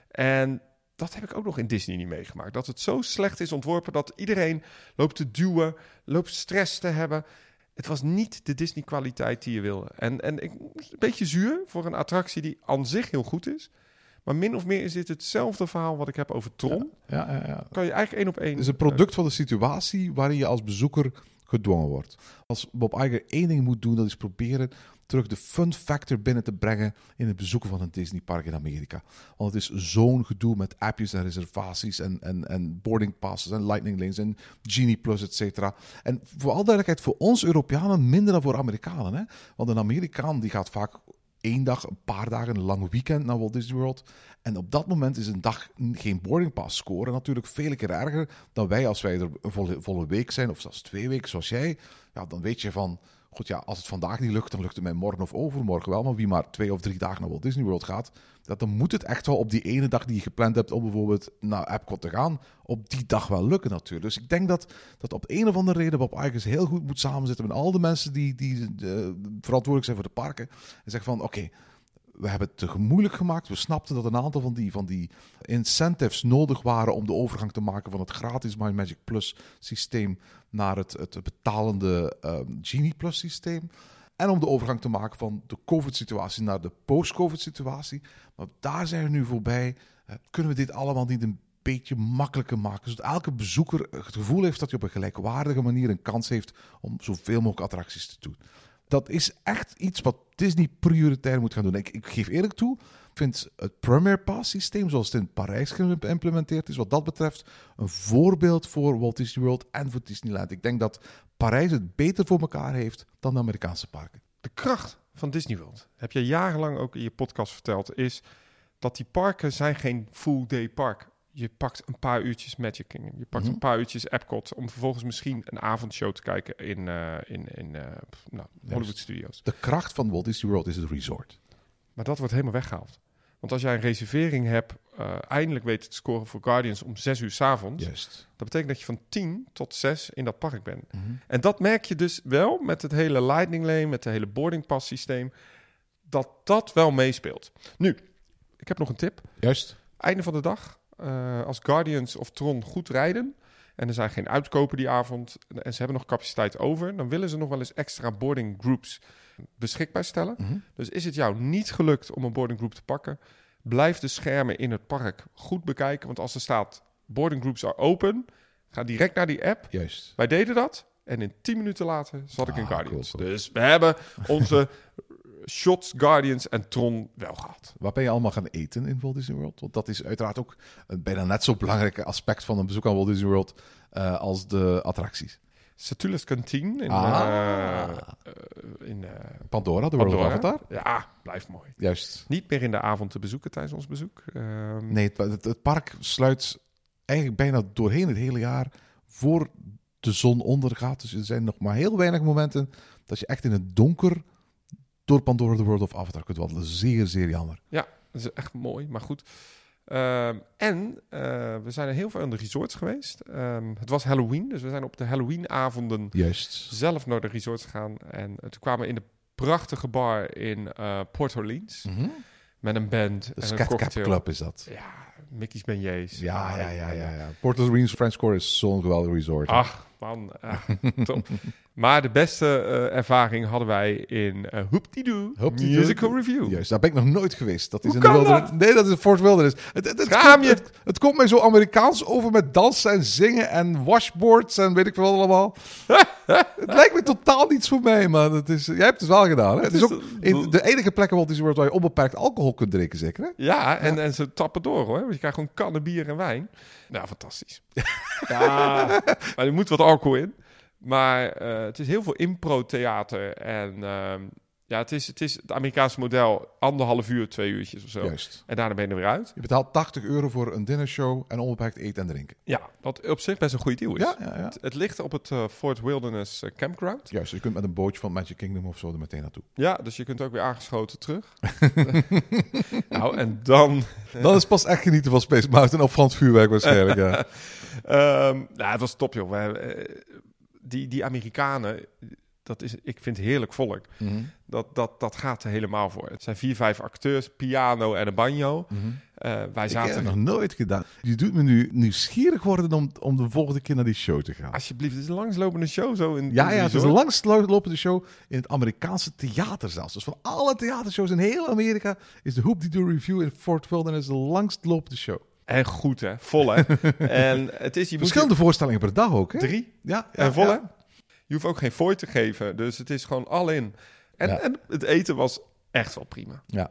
En dat heb ik ook nog in Disney niet meegemaakt. Dat het zo slecht is ontworpen dat iedereen loopt te duwen, loopt stress te hebben. Het was niet de Disney-kwaliteit die je wilde. En een beetje zuur voor een attractie die aan zich heel goed is. Maar min of meer is dit hetzelfde verhaal wat ik heb over Tron. Ja. Kan je eigenlijk 1 op 1... Het is een product van de situatie waarin je als bezoeker gedwongen wordt. Als Bob Iger 1 ding moet doen, dat is proberen terug de fun factor binnen te brengen in het bezoeken van een Disneypark in Amerika. Want het is zo'n gedoe met appjes en reservaties en boarding passes en lightning lanes en Genie Plus, et cetera. En voor alle duidelijkheid, voor ons Europeanen minder dan voor Amerikanen. Hè? Want een Amerikaan die gaat vaak 1 dag, een paar dagen, een lang weekend naar Walt Disney World. En op dat moment is een dag geen boarding pass scoren natuurlijk vele keer erger dan wij als wij er een volle week zijn, of zelfs 2 weken zoals jij. Ja, dan weet je van, goed ja, als het vandaag niet lukt, dan lukt het mij morgen of overmorgen wel. Maar wie maar 2 of 3 dagen naar Walt Disney World gaat, dan moet het echt wel op die ene dag die je gepland hebt om bijvoorbeeld naar Epcot te gaan, op die dag wel lukken natuurlijk. Dus ik denk dat op een of andere reden Bob Iger heel goed moet samenzitten met al de mensen die verantwoordelijk zijn voor de parken. En zeggen van, oké, we hebben het te moeilijk gemaakt. We snapten dat een aantal van die incentives nodig waren om de overgang te maken van het gratis My Magic Plus systeem naar het betalende Genie Plus systeem. En om de overgang te maken van de COVID-situatie naar de post-COVID-situatie. Maar daar zijn we nu voorbij. Kunnen we dit allemaal niet een beetje makkelijker maken, zodat elke bezoeker het gevoel heeft dat hij op een gelijkwaardige manier een kans heeft om zoveel mogelijk attracties te doen. Dat is echt iets wat Disney prioritair moet gaan doen. Ik geef eerlijk toe, ik vind het Premier Pass systeem, zoals het in Parijs geïmplementeerd is, wat dat betreft, een voorbeeld voor Walt Disney World en voor Disneyland. Ik denk dat Parijs het beter voor elkaar heeft dan de Amerikaanse parken. De kracht van Disney World, heb je jarenlang ook in je podcast verteld, is dat die parken zijn geen full day park. Je pakt een paar uurtjes Magic Kingdom. Je pakt een paar uurtjes Epcot om vervolgens misschien een avondshow te kijken in Hollywood Studios. De kracht van Walt Disney World is het resort. Maar dat wordt helemaal weggehaald. Want als jij een reservering hebt, eindelijk weet te scoren voor Guardians om 6 uur 's avonds. Juist. Dat betekent dat je van 10 tot 6 in dat park bent. En dat merk je dus wel met het hele Lightning Lane, met het hele boarding pass systeem, dat wel meespeelt. Nu, ik heb nog een tip. Juist. Einde van de dag. Als Guardians of Tron goed rijden en er zijn geen uitkopen die avond en ze hebben nog capaciteit over, dan willen ze nog wel eens extra boarding groups beschikbaar stellen. Dus is het jou niet gelukt om een boarding group te pakken, blijf de schermen in het park goed bekijken, want als er staat boarding groups are open, ga direct naar die app. Juist. Wij deden dat en in 10 minuten later zat ik in Guardians. Cool. Dus we hebben onze shots, Guardians en Tron wel gehad. Waar ben je allemaal gaan eten in Walt Disney World? Want dat is uiteraard ook een bijna net zo belangrijk aspect van een bezoek aan Walt Disney World als de attracties. Satulus Canteen in Pandora, de World of Avatar. Ja, blijft mooi. Juist. Niet meer in de avond te bezoeken tijdens ons bezoek. Nee, het park sluit eigenlijk bijna doorheen het hele jaar voor de zon ondergaat. Dus er zijn nog maar heel weinig momenten dat je echt in het donker door Pandora, de World of Avatar kunt wandelen. Zeer, zeer jammer. Ja, dat is echt mooi, maar goed. We zijn er heel veel aan de resorts geweest. Het was Halloween, dus we zijn op de Halloween-avonden zelf naar de resorts gegaan. En toen kwamen we in de prachtige bar in Port Orleans. Met een band de en Scat een Cap cocktail. Club is dat. Ja, Mickey's beignets. Ja. Port Orleans French Quarter is zo'n geweldig resort. Ach, man. Top. Maar de beste ervaring hadden wij in Hoop-de-Doo Musical Review. Juist, daar ben ik nog nooit geweest. Dat is Hoe in kan de Wilderness. Nee, dat is Fort Wilderness. Het komt mij zo Amerikaans over met dansen en zingen en washboards en weet ik veel allemaal. Het lijkt me totaal niets voor mij, maar jij hebt het wel gedaan. Hè? Het is ook de enige plek in Walt Disney World waar je onbeperkt alcohol kunt drinken, zeker? Hè? Ja, en ze tappen door, hoor. Want je krijgt gewoon kannen bier en wijn. Nou, fantastisch. Ja, maar er moet wat alcohol in. Maar het is heel veel impro-theater. En het is het Amerikaanse model. 1,5 uur, 2 uurtjes of zo. Juist. En daarna ben je er weer uit. Je betaalt €80 voor een dinnershow en onbeperkt eten en drinken. Ja, wat op zich best een goede deal is. Ja. Het ligt op het Fort Wilderness Campground. Juist, je kunt met een bootje van Magic Kingdom of zo er meteen naartoe. Ja, dus je kunt ook weer aangeschoten terug. Nou, en dan... Dan is pas echt genieten van Space Mountain of van het vuurwerk waarschijnlijk, ja. Het was top, joh. Die Amerikanen, ik vind het heerlijk volk. Mm-hmm. Dat gaat er helemaal voor. Het zijn 4, 5 acteurs, piano en een banjo. Mm-hmm. Wij zaten... Ik heb het nog nooit gedaan. Je doet me nu nieuwsgierig worden om de volgende keer naar die show te gaan. Alsjeblieft, het is een langslopende show zo in. Ja, het is een langslopende show in het Amerikaanse theater zelfs. Dus van alle theatershows in heel Amerika is de Hoop-de-Doo Review in Fort Wilderness de langstlopende show. En goed, hè? Vol, hè? En het is... Verschillende voorstellingen per dag ook, hè? 3. Ja, en vol, hè? Je hoeft ook geen fooi te geven. Dus het is gewoon all in. En het eten was echt wel prima. Ja.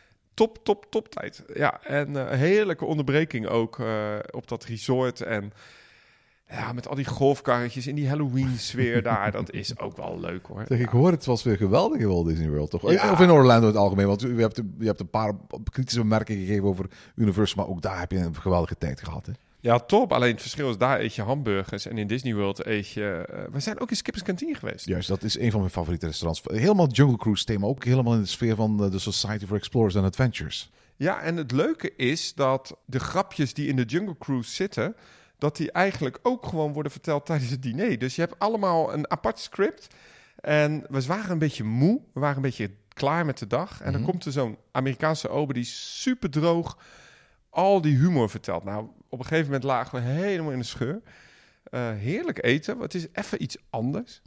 Top tijd. Ja, en een heerlijke onderbreking ook op dat resort. En ja, met al die golfkarretjes in die Halloween-sfeer daar. Dat is ook wel leuk, hoor. Zeg, ik hoor het was weer geweldig in Walt Disney World, toch? Ja. Of in Orlando in het algemeen. Want je hebt een paar kritische bemerkingen gegeven over Universal. Maar ook daar heb je een geweldige tijd gehad, hè? Ja, top. Alleen het verschil is, daar eet je hamburgers en in Disney World eet je... we zijn ook in Skipper's Canteen geweest. Juist, dat is een van mijn favoriete restaurants. Helemaal Jungle Cruise thema, ook helemaal in de sfeer van de Society for Explorers and Adventures. Ja, en het leuke is dat de grapjes die in de Jungle Cruise zitten, dat die eigenlijk ook gewoon worden verteld tijdens het diner. Dus je hebt allemaal een apart script. En we waren een beetje moe. We waren een beetje klaar met de dag. En dan komt er zo'n Amerikaanse ober die super droog al die humor vertelt. Nou, op een gegeven moment lagen we helemaal in de scheur. Heerlijk eten. Het is even iets anders.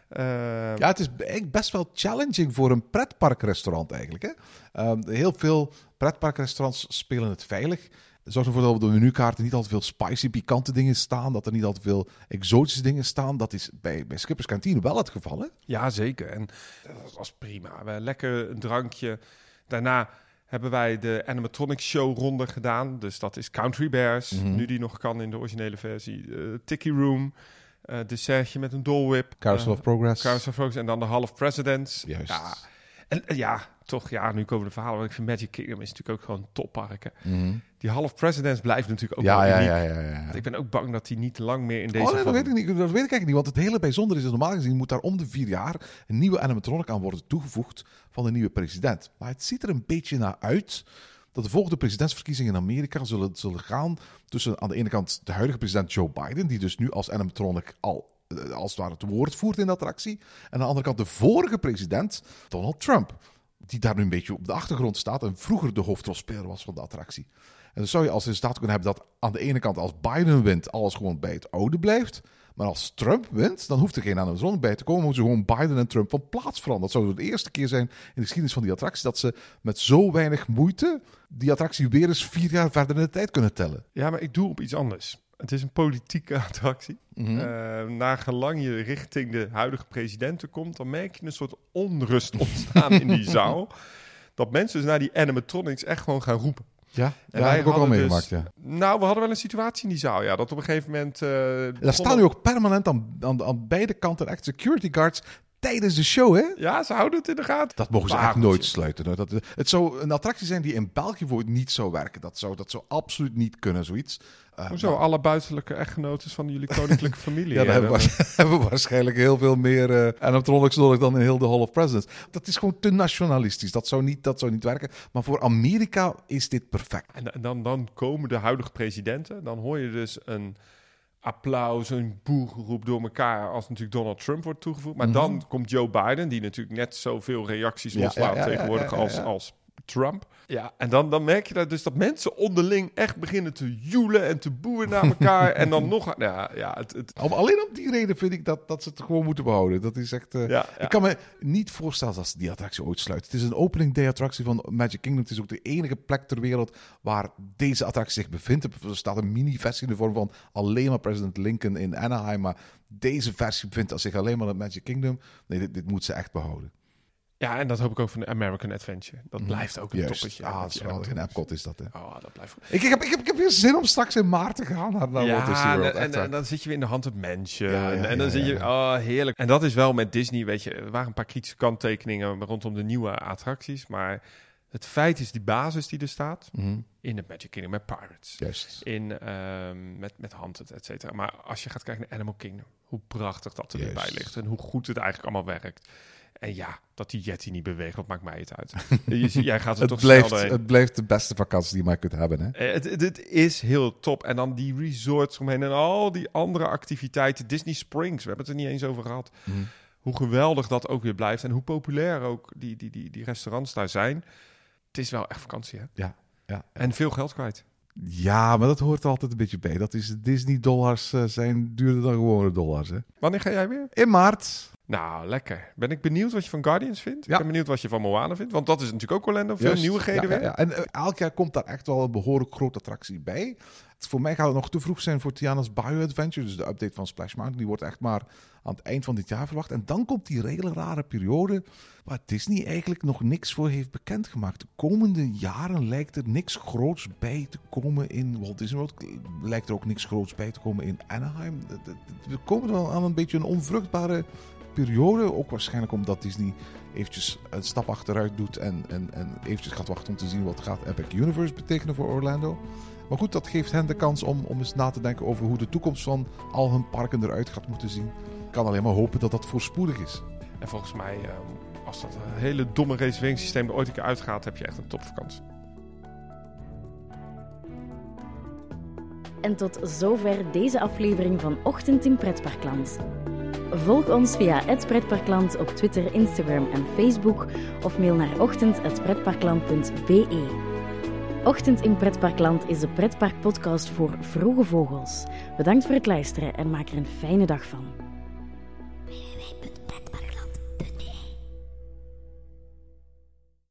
Ja, het is best wel challenging voor een pretparkrestaurant eigenlijk. Hè? Heel veel pretparkrestaurants spelen het veilig. Zorg ervoor dat op de menukaarten niet al te veel spicy, pikante dingen staan. Dat er niet al te veel exotische dingen staan. Dat is bij Skipper's Canteen wel het geval, hè? Ja, zeker. En dat was prima. We lekker een drankje. Daarna hebben wij de animatronic show ronde gedaan. Dus dat is Country Bears. Nu die nog kan in de originele versie. Tiki Room. Dessertje met een Dole Whip. Carousel of Progress. Carousel of Progress. En dan de Hall of Presidents. Juist. Ja. En toch, nu komen de verhalen. Want ik vind Magic Kingdom is natuurlijk ook gewoon topparken. Die Hall of Presidents blijft natuurlijk ook wel uniek. Ja. Ik ben ook bang dat die niet lang meer in deze... dat weet ik niet. Dat weet ik eigenlijk niet. Want het hele bijzondere is dat normaal gezien moet daar om de 4 jaar een nieuwe animatronic aan worden toegevoegd van de nieuwe president. Maar het ziet er een beetje naar uit dat de volgende presidentsverkiezingen in Amerika zullen gaan tussen aan de ene kant de huidige president Joe Biden, die dus nu als animatronic als het ware het woord voert in de attractie. En aan de andere kant de vorige president, Donald Trump, die daar nu een beetje op de achtergrond staat en vroeger de hoofdrolspeler was van de attractie. En dan zou je als resultaat kunnen hebben dat aan de ene kant als Biden wint, alles gewoon bij het oude blijft. Maar als Trump wint, dan hoeft er geen animatronic bij te komen. Moeten ze gewoon Biden en Trump van plaats veranderen. Dat zou de eerste keer zijn in de geschiedenis van die attractie dat ze met zo weinig moeite die attractie weer eens 4 jaar verder in de tijd kunnen tellen. Ja, maar ik doe op iets anders. Het is een politieke attractie. Nagelang je richting de huidige presidenten komt, dan merk je een soort onrust ontstaan in die zaal. Dat mensen dus naar die animatronics echt gewoon gaan roepen. Ja, dat heb ik ook al meegemaakt, ja. Nou, we hadden wel een situatie in die zaal, ja. Dat op een gegeven moment... daar staan nu ook permanent aan beide kanten echt security guards tijdens de show, hè? Ja, ze houden het in de gaten. Dat mogen ze echt nooit sluiten. Hoor. Het zou een attractie zijn die in België voor niet zou werken. Dat zou absoluut niet kunnen, zoiets. Hoezo? Alle buitenlijke echtgenotes van jullie koninklijke familie. Ja, daar hebben we waarschijnlijk heel veel meer animatronics nodig dan in heel de Hall of Presidents. Dat is gewoon te nationalistisch. Dat zou niet werken. Maar voor Amerika is dit perfect. En dan komen de huidige presidenten. Dan hoor je dus een applaus, een boegeroep door elkaar als natuurlijk Donald Trump wordt toegevoegd. Maar dan komt Joe Biden, die natuurlijk net zoveel reacties loslaat tegenwoordig als Trump. Ja, en dan merk je dus dat mensen onderling echt beginnen te joelen en te boeien naar elkaar. En dan nog... Alleen om die reden vind ik dat ze het gewoon moeten behouden. Dat is echt... Ik kan me niet voorstellen dat ze die attractie ooit sluiten. Het is een opening day attractie van Magic Kingdom. Het is ook de enige plek ter wereld waar deze attractie zich bevindt. Er staat een mini-versie in de vorm van alleen maar President Lincoln in Anaheim. Maar deze versie bevindt zich alleen maar in Magic Kingdom. Nee, dit moet ze echt behouden. Ja, en dat hoop ik ook van de American Adventure. Dat blijft ook een toppetje. Dat is geweldig. In Epcot is dat, hè. Oh, dat blijft... Ik heb weer zin om straks in maart te gaan naar Walt Disney World. En dan zit je weer in de Haunted Mansion. En dan zit je... Oh, heerlijk. En dat is wel met Disney, weet je... Er waren een paar kritische kanttekeningen rondom de nieuwe attracties. Maar het feit is die basis die er staat... In het Magic Kingdom met Pirates. Juist. Met Haunted, et cetera. Maar als je gaat kijken naar Animal Kingdom... Hoe prachtig dat er weer bij ligt. En hoe goed het eigenlijk allemaal werkt. En ja, dat die Yeti niet beweegt, wat maakt mij het uit? Jij gaat er toch snel doorheen. Het blijft de beste vakantie die je maar kunt hebben, hè? Het is heel top. En dan die resorts omheen en al die andere activiteiten. Disney Springs, we hebben het er niet eens over gehad. Hoe geweldig dat ook weer blijft. En hoe populair ook die restaurants daar zijn. Het is wel echt vakantie, hè? Ja. En veel geld kwijt. Ja, maar dat hoort er altijd een beetje bij. Dat is Disney-dollars zijn duurder dan gewone dollars, hè? Wanneer ga jij weer? In maart. Nou, lekker. Ben ik benieuwd wat je van Guardians vindt. Ik ben benieuwd wat je van Moana vindt. Want dat is natuurlijk ook Orlando. Veel nieuwigheden weer. Ja. En elk jaar komt daar echt wel een behoorlijk grote attractie bij. Voor mij gaat het nog te vroeg zijn voor Tiana's Bayou Adventure. Dus de update van Splash Mountain. Die wordt echt maar aan het eind van dit jaar verwacht. En dan komt die hele rare periode waar Disney eigenlijk nog niks voor heeft bekendgemaakt. De komende jaren lijkt er niks groots bij te komen in Walt Disney World. Lijkt er ook niks groots bij te komen in Anaheim. We komen wel aan een beetje een onvruchtbare periode. Ook waarschijnlijk omdat Disney eventjes een stap achteruit doet en eventjes gaat wachten om te zien wat gaat Epic Universe betekenen voor Orlando. Maar goed, dat geeft hen de kans om eens na te denken over hoe de toekomst van al hun parken eruit gaat moeten zien. Ik kan alleen maar hopen dat dat voorspoedig is. En volgens mij, als dat hele domme reserveringssysteem er ooit een keer uitgaat, heb je echt een topvakantie. En tot zover deze aflevering van Ochtend in Pretparkland. Volg ons via @pretparkland op Twitter, Instagram en Facebook of mail naar ochtend@pretparkland.be. Ochtend in Pretparkland is de pretparkpodcast voor vroege vogels. Bedankt voor het luisteren en maak er een fijne dag van.